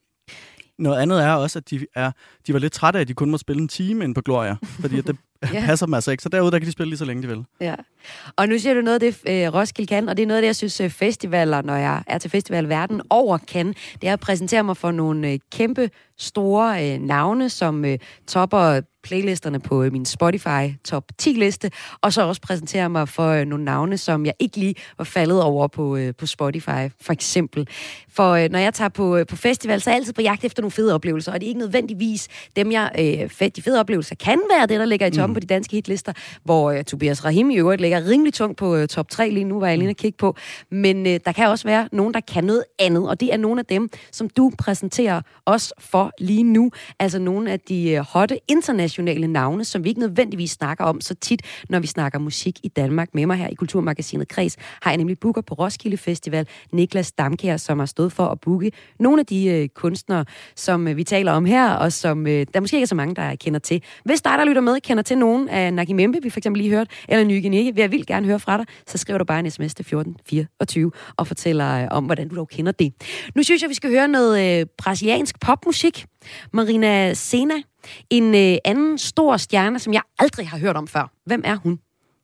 Noget andet er også, at de var lidt trætte af, at de kun må spille en time inde på Gloria, fordi det passer dem altså ikke. Så derude, der kan de spille lige så længe de vil. Ja. Og nu siger du noget af det, Roskilde kan, og det er noget af det, jeg synes, festivaler, når jeg er til festival verden over kan, det er at præsentere mig for nogle kæmpe store navne, som topper playlisterne på min Spotify top 10-liste, og så også præsentere mig for nogle navne, som jeg ikke lige var faldet over på Spotify, for eksempel. For når jeg tager på festival, så er jeg altid på jagt efter nogle fede oplevelser, og det er ikke nødvendigvis dem, de fede oplevelser kan være det, der ligger i toppen på de danske hitlister, hvor Tobias Rahim i øvrigt ligger rimelig tungt på top 3 lige nu, var jeg lige at kigge på. Men der kan også være nogen, der kan noget andet, og det er nogle af dem, som du præsenterer os for lige nu. Altså nogle af de hotte internationale navne, som vi ikke nødvendigvis snakker om så tit, når vi snakker musik i Danmark. Med mig her i Kulturmagasinet Kreds har jeg nemlig booker på Roskilde Festival, Niklas Damkjær, som har stået for at booke nogle af de kunstnere, som vi taler om her, og som der måske ikke er så mange, der kender til. Hvis dig, der lytter med, kender til nogen af Nakimembe, vi for eksempel lige hørt, eller Ny Guinea, vil jeg vildt gerne høre fra dig, så skriver du bare en sms til 1424 og fortæller om, hvordan du dog kender det. Nu synes jeg, vi skal høre noget brasiliansk popmusik. Marina Senna, en anden stor stjerne, som jeg aldrig har hørt om før. Hvem er hun?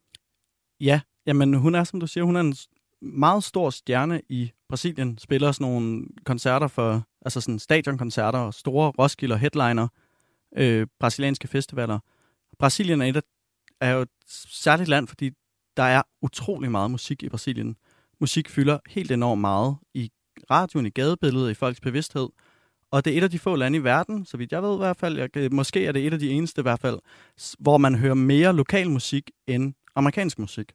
Ja, jamen hun er, som du siger, hun er en meget stor stjerne i Brasilien. Spiller sådan nogle koncerter for, altså sådan stadionkoncerter og store Roskilde og headliner, brasilianske festivaler. Brasilien er jo et særligt land, fordi der er utrolig meget musik i Brasilien. Musik fylder helt enormt meget i radioen, i gadebilledet, i folks bevidsthed. Og det er et af de få lande i verden, så vidt jeg ved i hvert fald, måske er det et af de eneste i hvert fald, hvor man hører mere lokal musik end amerikansk musik.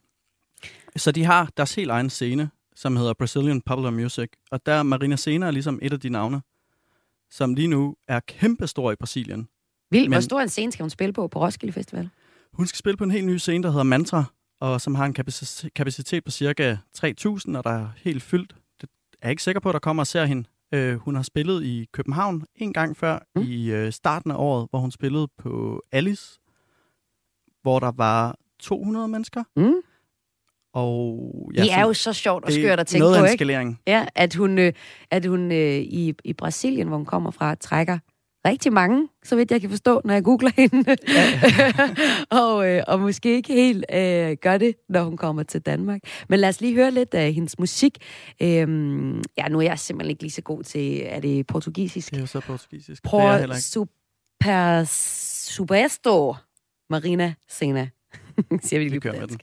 Så de har deres helt egen scene, som hedder Brazilian Popular Music, og der er Marina Senna ligesom et af de navne, som lige nu er kæmpestor i Brasilien. Hvor stor en scene skal hun spille på Roskilde Festival? Hun skal spille på en helt ny scene, der hedder Mantra, og som har en kapacitet på cirka 3.000, og der er helt fyldt. Det er jeg ikke sikker på, at der kommer og ser hende. Hun har spillet i København en gang før, i starten af året, hvor hun spillede på Alice, hvor der var 200 mennesker. Og, ja, det er jo så sjovt og skørt at tænke på, ikke? Skalering. Ja, at hun i Brasilien, hvor hun kommer fra, trækker rigtig mange, så vidt jeg kan forstå, når jeg googler hende. og måske ikke helt gør det, når hun kommer til Danmark. Men lad os lige høre lidt af hendes musik. Nu er jeg simpelthen ikke lige så god til, er det portugisisk? Det er jo så portugisisk. Por supuesto, Marina Senna. Siger vi lige på dansk.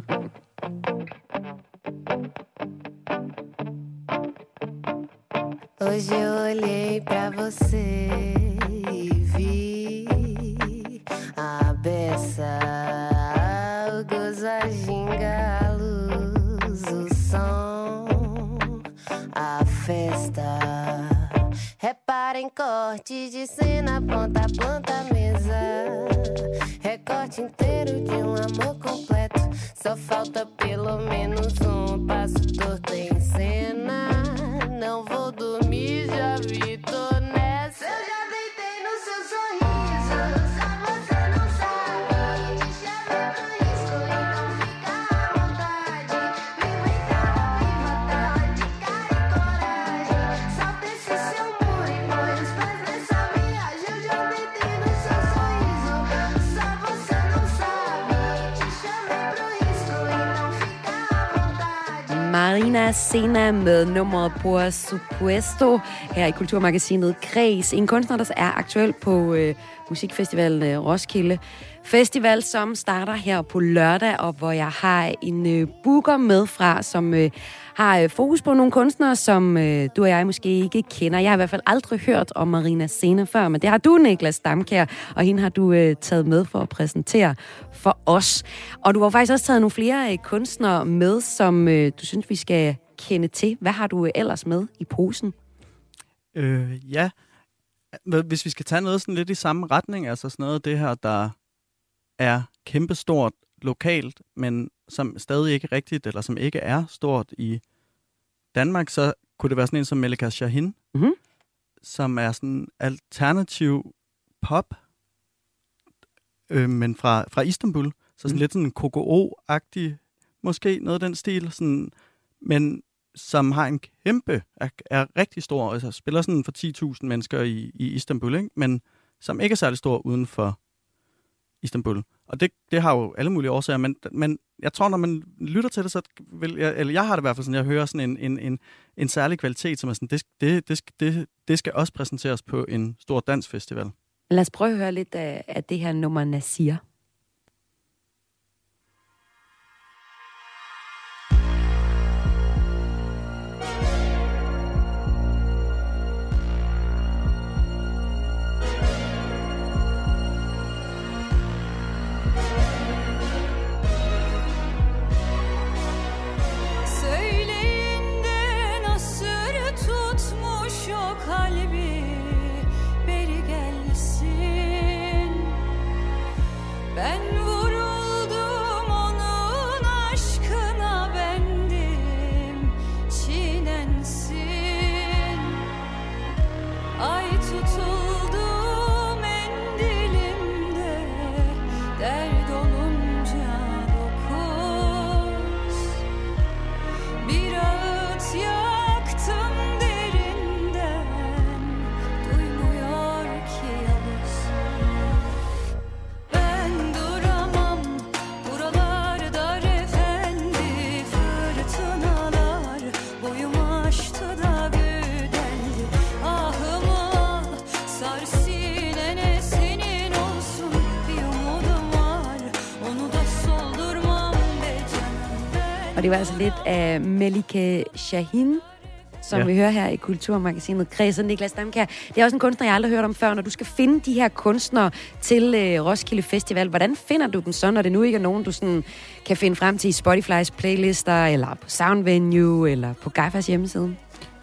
Hoje eu olhei pra você e vi a beça, o gozo, a ginga, a luz, o som, a festa. Repara em corte de cena, ponta a planta, mesa. Recorte inteiro de amor completo. Só falta pelo menos passo torto em cena. Não vou dormir, já vi, tô nessa. Eu já deitei no seu sorriso, só você não sabe. Te chama no risco, então fica à vontade. Viva então, viva tal, de cara e coragem. Salta esse seu muro e põe os pés na Marina Sena med nummeret Por Supuesto her i Kulturmagasinet Kreds. En kunstner, der er aktuel på musikfestivalen Roskilde Festival, som starter her på lørdag, og hvor jeg har en booker med fra, som har fokus på nogle kunstnere, som du og jeg måske ikke kender. Jeg har i hvert fald aldrig hørt om Marina Sena før, men det har du, Niklas Damkjær, og hende har du taget med for at præsentere for os. Og du har faktisk også taget nogle flere kunstnere med, som du synes, vi skal kende til. Hvad har du ellers med i posen? Ja, hvis vi skal tage noget sådan lidt i samme retning, altså sådan noget af det her, der er kæmpestort lokalt, men som stadig ikke rigtigt, eller som ikke er stort i Danmark, så kunne det være sådan en som Melika Shahin, som er sådan alternativ pop, men fra Istanbul. Så sådan lidt sådan KKO-agtig, måske noget af den stil, sådan, men som har en kæmpe, er rigtig stor, altså spiller sådan for 10.000 mennesker i Istanbul, ikke? Men som ikke er særlig stor uden for Istanbul. Og det har jo alle mulige årsager, men jeg tror, når man lytter til det, så vil jeg, eller jeg har det i hvert fald sådan, jeg hører sådan en særlig kvalitet, som er sådan, det skal også præsenteres på en stor dansfestival. Lad os prøve at høre lidt af det her nummer Nasir. Og det var altså lidt af Melika Shahin, som vi hører her i Kulturmagasinet Kreds. Og Niklas Damkjær, det er også en kunstner, jeg aldrig har hørt om før. Når du skal finde de her kunstnere til Roskilde Festival, hvordan finder du dem så, når det nu ikke er nogen, du sådan kan finde frem til i Spotify's playlister, eller på Soundvenue, eller på Gaifas hjemmeside?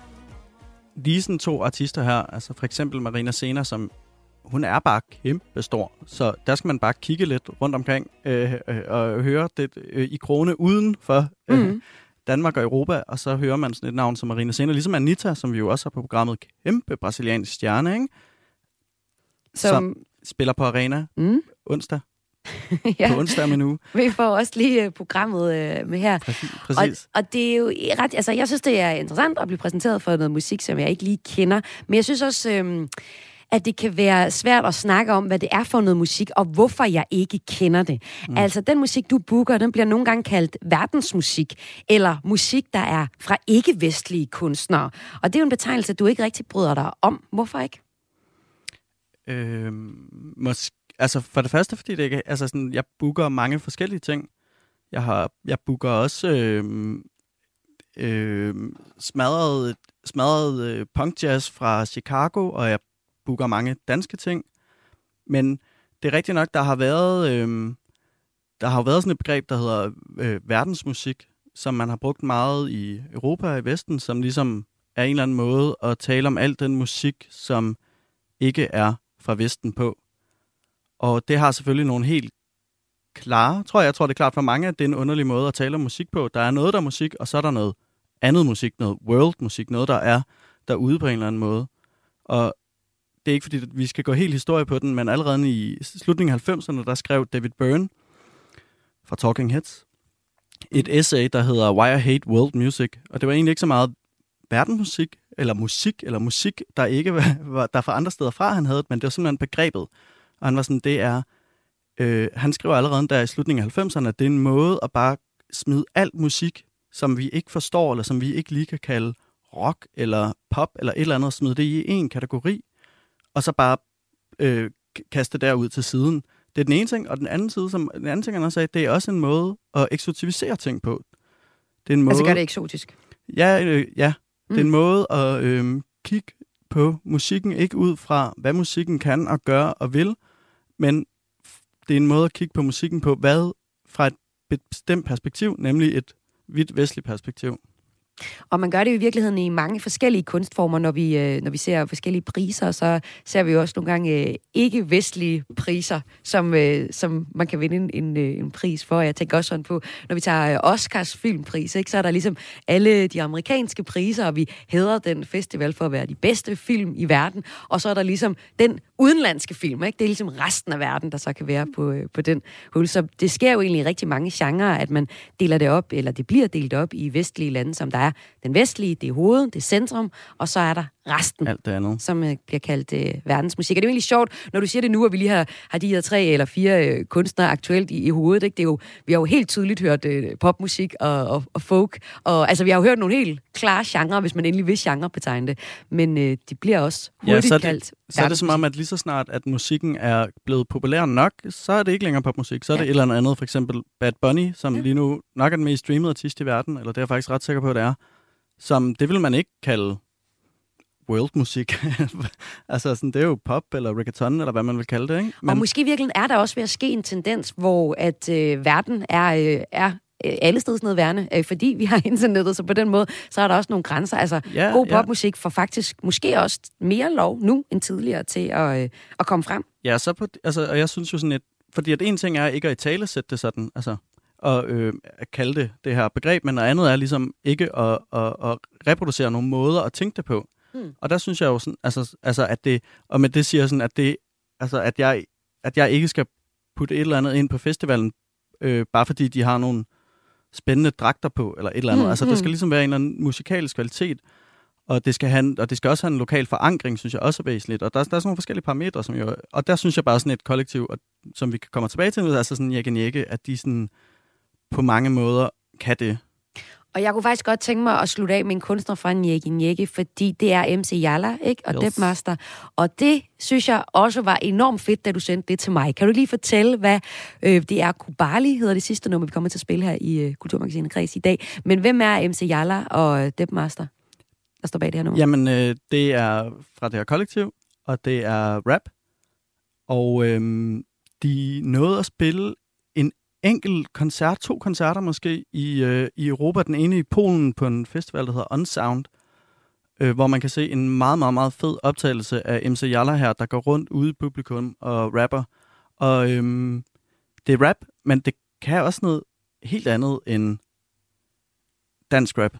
Lige sådan 2 artister her, altså for eksempel Marina Sena, som hun er bare kæmpe stor, så der skal man bare kigge lidt rundt omkring og høre det i krone uden for Danmark og Europa, og så hører man sådan et navn som Marina Sena, ligesom Anitta, som vi jo også har på programmet, kæmpe brasiliansk stjerne, ikke? Som spiller på Arena onsdag. På onsdag om en uge. Vi får også lige programmet med her. Præcis. Og det er jo ret, altså jeg synes, det er interessant at blive præsenteret for noget musik, som jeg ikke lige kender, men jeg synes også, at det kan være svært at snakke om, hvad det er for noget musik, og hvorfor jeg ikke kender det. Altså, den musik, du booker, den bliver nogle gange kaldt verdensmusik, eller musik, der er fra ikke-vestlige kunstnere. Og det er jo en betegnelse, du ikke rigtig bryder dig om. Hvorfor ikke? Altså, for det første, fordi det ikke, altså sådan, jeg booker mange forskellige ting. Jeg booker også smadret punkjazz fra Chicago, og jeg booker mange danske ting, men det er rigtigt nok, der har været sådan et begreb, der hedder verdensmusik, som man har brugt meget i Europa og i Vesten, som ligesom er en eller anden måde at tale om al den musik, som ikke er fra Vesten på. Og det har selvfølgelig nogle helt klare, jeg tror det er klart for mange, at det er en underlig måde at tale om musik på. Der er noget, der er musik, og så er der noget andet musik, noget world-musik, noget, der er derude på en eller anden måde. Og det er ikke fordi, vi skal gå helt historie på den, men allerede i slutningen af 90'erne, der skrev David Byrne fra Talking Heads et essay, der hedder Why I Hate World Music. Og det var egentlig ikke så meget verdensmusik, eller musik, der ikke var der fra andre steder fra, han havde, men det var simpelthen begrebet. Og han var sådan, det er, han skrev allerede der i slutningen af 90'erne, at det er en måde at bare smide alt musik som vi ikke forstår, eller som vi ikke lige kan kalde rock eller pop eller et eller andet, og smide det i en kategori, og så bare kaste det derud til siden. Det er den ene ting, og den anden ting, han også sagde, det er også en måde at eksotificere ting på. Det er en måde, altså gør det eksotisk? Ja. Det er en måde at kigge på musikken, ikke ud fra, hvad musikken kan og gør og vil, men det er en måde at kigge på musikken på, hvad fra et bestemt perspektiv, nemlig et vidt vestligt perspektiv. Og man gør det jo i virkeligheden i mange forskellige kunstformer, når vi ser forskellige priser, så ser vi jo også nogle gange ikke-vestlige priser, som man kan vinde en pris for. Jeg tænker også sådan på, når vi tager Oscars filmpris, ikke, så er der ligesom alle de amerikanske priser, og vi hædrer den festival for at være de bedste film i verden, og så er der ligesom den udenlandske film, ikke? Det er ligesom resten af verden, der så kan være på den hul. Så det sker jo egentlig i rigtig mange genrer, at man deler det op, eller det bliver delt op i vestlige lande, som der er den vestlige, det er hovedet, det er centrum, og så er der resten, alt det andet, som bliver kaldt verdensmusik. Og det er jo egentlig sjovt, når du siger det nu, at vi lige har de her 3 eller 4 kunstnere aktuelt i hovedet. Ikke? Det er jo, vi har jo helt tydeligt hørt popmusik og folk, og altså vi har jo hørt nogle helt klare genrer, hvis man endelig vil genrebetegne det, men de bliver også hurtigt kaldt. Så er det som om, at lige så snart, at musikken er blevet populær nok, så er det ikke længere popmusik. Så er det et eller andet, for eksempel Bad Bunny, som lige nu nok er den mest streamede artist i verden, eller det er jeg faktisk ret sikker på, at det er. Som, det vil man ikke kalde worldmusik. Altså, sådan, det er jo pop eller reggaeton, eller hvad man vil kalde det, ikke? Men... Og måske virkelig er der også ved at ske en tendens, hvor at verden er alle steder nærværende, fordi vi har internettet, så på den måde, så er der også nogle grænser. Altså, god popmusik får faktisk måske også mere lov nu end tidligere til at komme frem. Ja, så og jeg synes jo sådan fordi at en ting er ikke at italesætte det sådan, altså, og at kalde det her begreb, men noget andet er ligesom ikke at reproducere nogle måder at tænke det på. Og der synes jeg jo sådan, altså at det, og med det siger sådan, at det, altså at jeg ikke skal putte et eller andet ind på festivalen, bare fordi de har nogle spændende dragter på, eller et eller andet. Altså, der skal ligesom være en eller anden musikalsk kvalitet, og det skal også have en lokal forankring, synes jeg også er væsentligt. Og der er sådan nogle forskellige parametre, og der synes jeg bare sådan et kollektiv, som vi kommer tilbage til, altså sådan Njække, at de sådan på mange måder kan det. Og jeg kunne faktisk godt tænke mig at slutte af med en kunstner fra Njække, fordi det er MC Yalla, ikke? Og Deb Master. Og det synes jeg også var enormt fedt, da du sendte det til mig. Kan du lige fortælle, hvad det er? Kubali hedder det sidste nummer, vi kommer til at spille her i Kulturmagasinet Kreds i dag. Men hvem er MC Yalla og Deb Master, der står bag det her nummer? Jamen, det er fra det her kollektiv, og det er rap. Og de nåede at spille enkelt koncert, 2 koncerter måske, i Europa. Den ene i Polen på en festival, der hedder Unsound, hvor man kan se en meget, meget, meget fed optagelse af MC Yalla her, der går rundt ude i publikum og rapper. Og det er rap, men det kan også noget helt andet end dansk rap.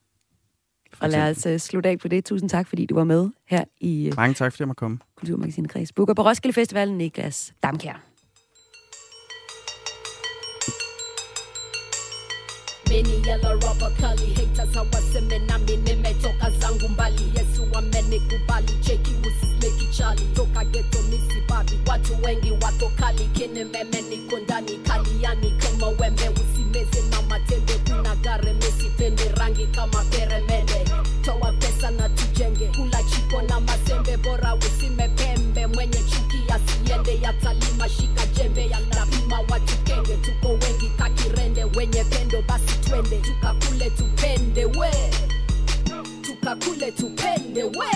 Og lad os slutte af på det. Tusind tak, fordi du var med her i mange tak, fordi jeg måtte komme. Kulturmagasinet Kreds. Booker på Roskilde Festivalen, Niklas Damkjær. Many yellow rubber curly haters hawaseme nami nimetoka zangu mbali. Yesu amenikubali, cheki usismeki chali. Toka ghetto misi babi, watu wengi wako kali. Kine meme niko ndani kaliani kama wembe. Usimeze na matembe, kuna gare mesi pende rangi kama peremende. Toa pesa na tujenge, kula chiko na masembe. Bora usime pembe, mwenye chuki asiende. Yatalima shika jembe, yanapima watu kenge. Tuko wengi kakirende, wenye pendo basi twende. Tukakule tupende we, tukakule tupende we.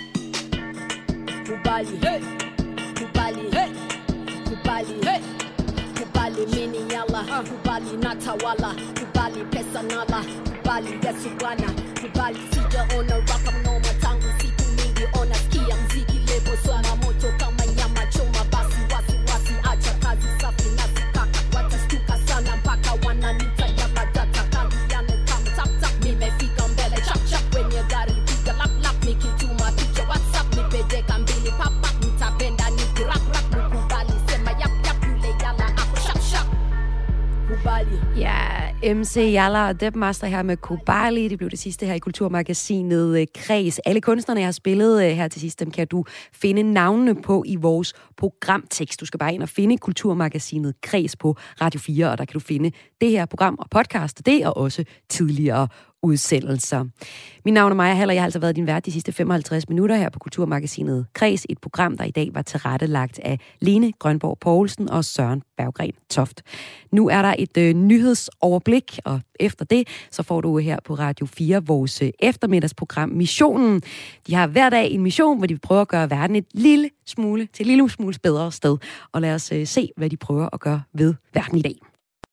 Kubali hey, kubali hey, kubali hey, kubali mini yala, kubali natawala, kubali pesa nala, kubali Yesu Bwana, kubali sijaona rap mnoma tangu siku mingi, ona sikia mziki lebo soma moto kama nyama choma, basi wasi acha kazi safi na sikaka, watastuka sana mpaka wananita yama data kali yane kama tap nimefika mbele chap wenye gari piga lap nikituma picha WhatsApp nipedeka mbili pap nitapenda nikirap mukubali sema yap yule yala ako shap Ja, MC Yalla og Debmaster her med Kobali. Det blev det sidste her i Kulturmagasinet Kreds. Alle kunstnerne, jeg har spillet her til sidst, dem kan du finde navnene på i vores programtekst. Du skal bare ind og finde Kulturmagasinet Kreds på Radio 4, og der kan du finde det her program og podcast, det og også tidligere udsendelser. Mit navn er Maja Hall, og jeg har altså været din vært de sidste 55 minutter her på Kulturmagasinet Kreds, et program, der i dag var tilrettelagt af Lene Grønborg Poulsen og Søren Berggren Toft. Nu er der et nyhedsoverblik, og efter det, så får du her på Radio 4 vores eftermiddagsprogram Missionen. De har hver dag en mission, hvor de prøver at gøre verden et lille smule bedre sted. Og lad os se, hvad de prøver at gøre ved verden i dag.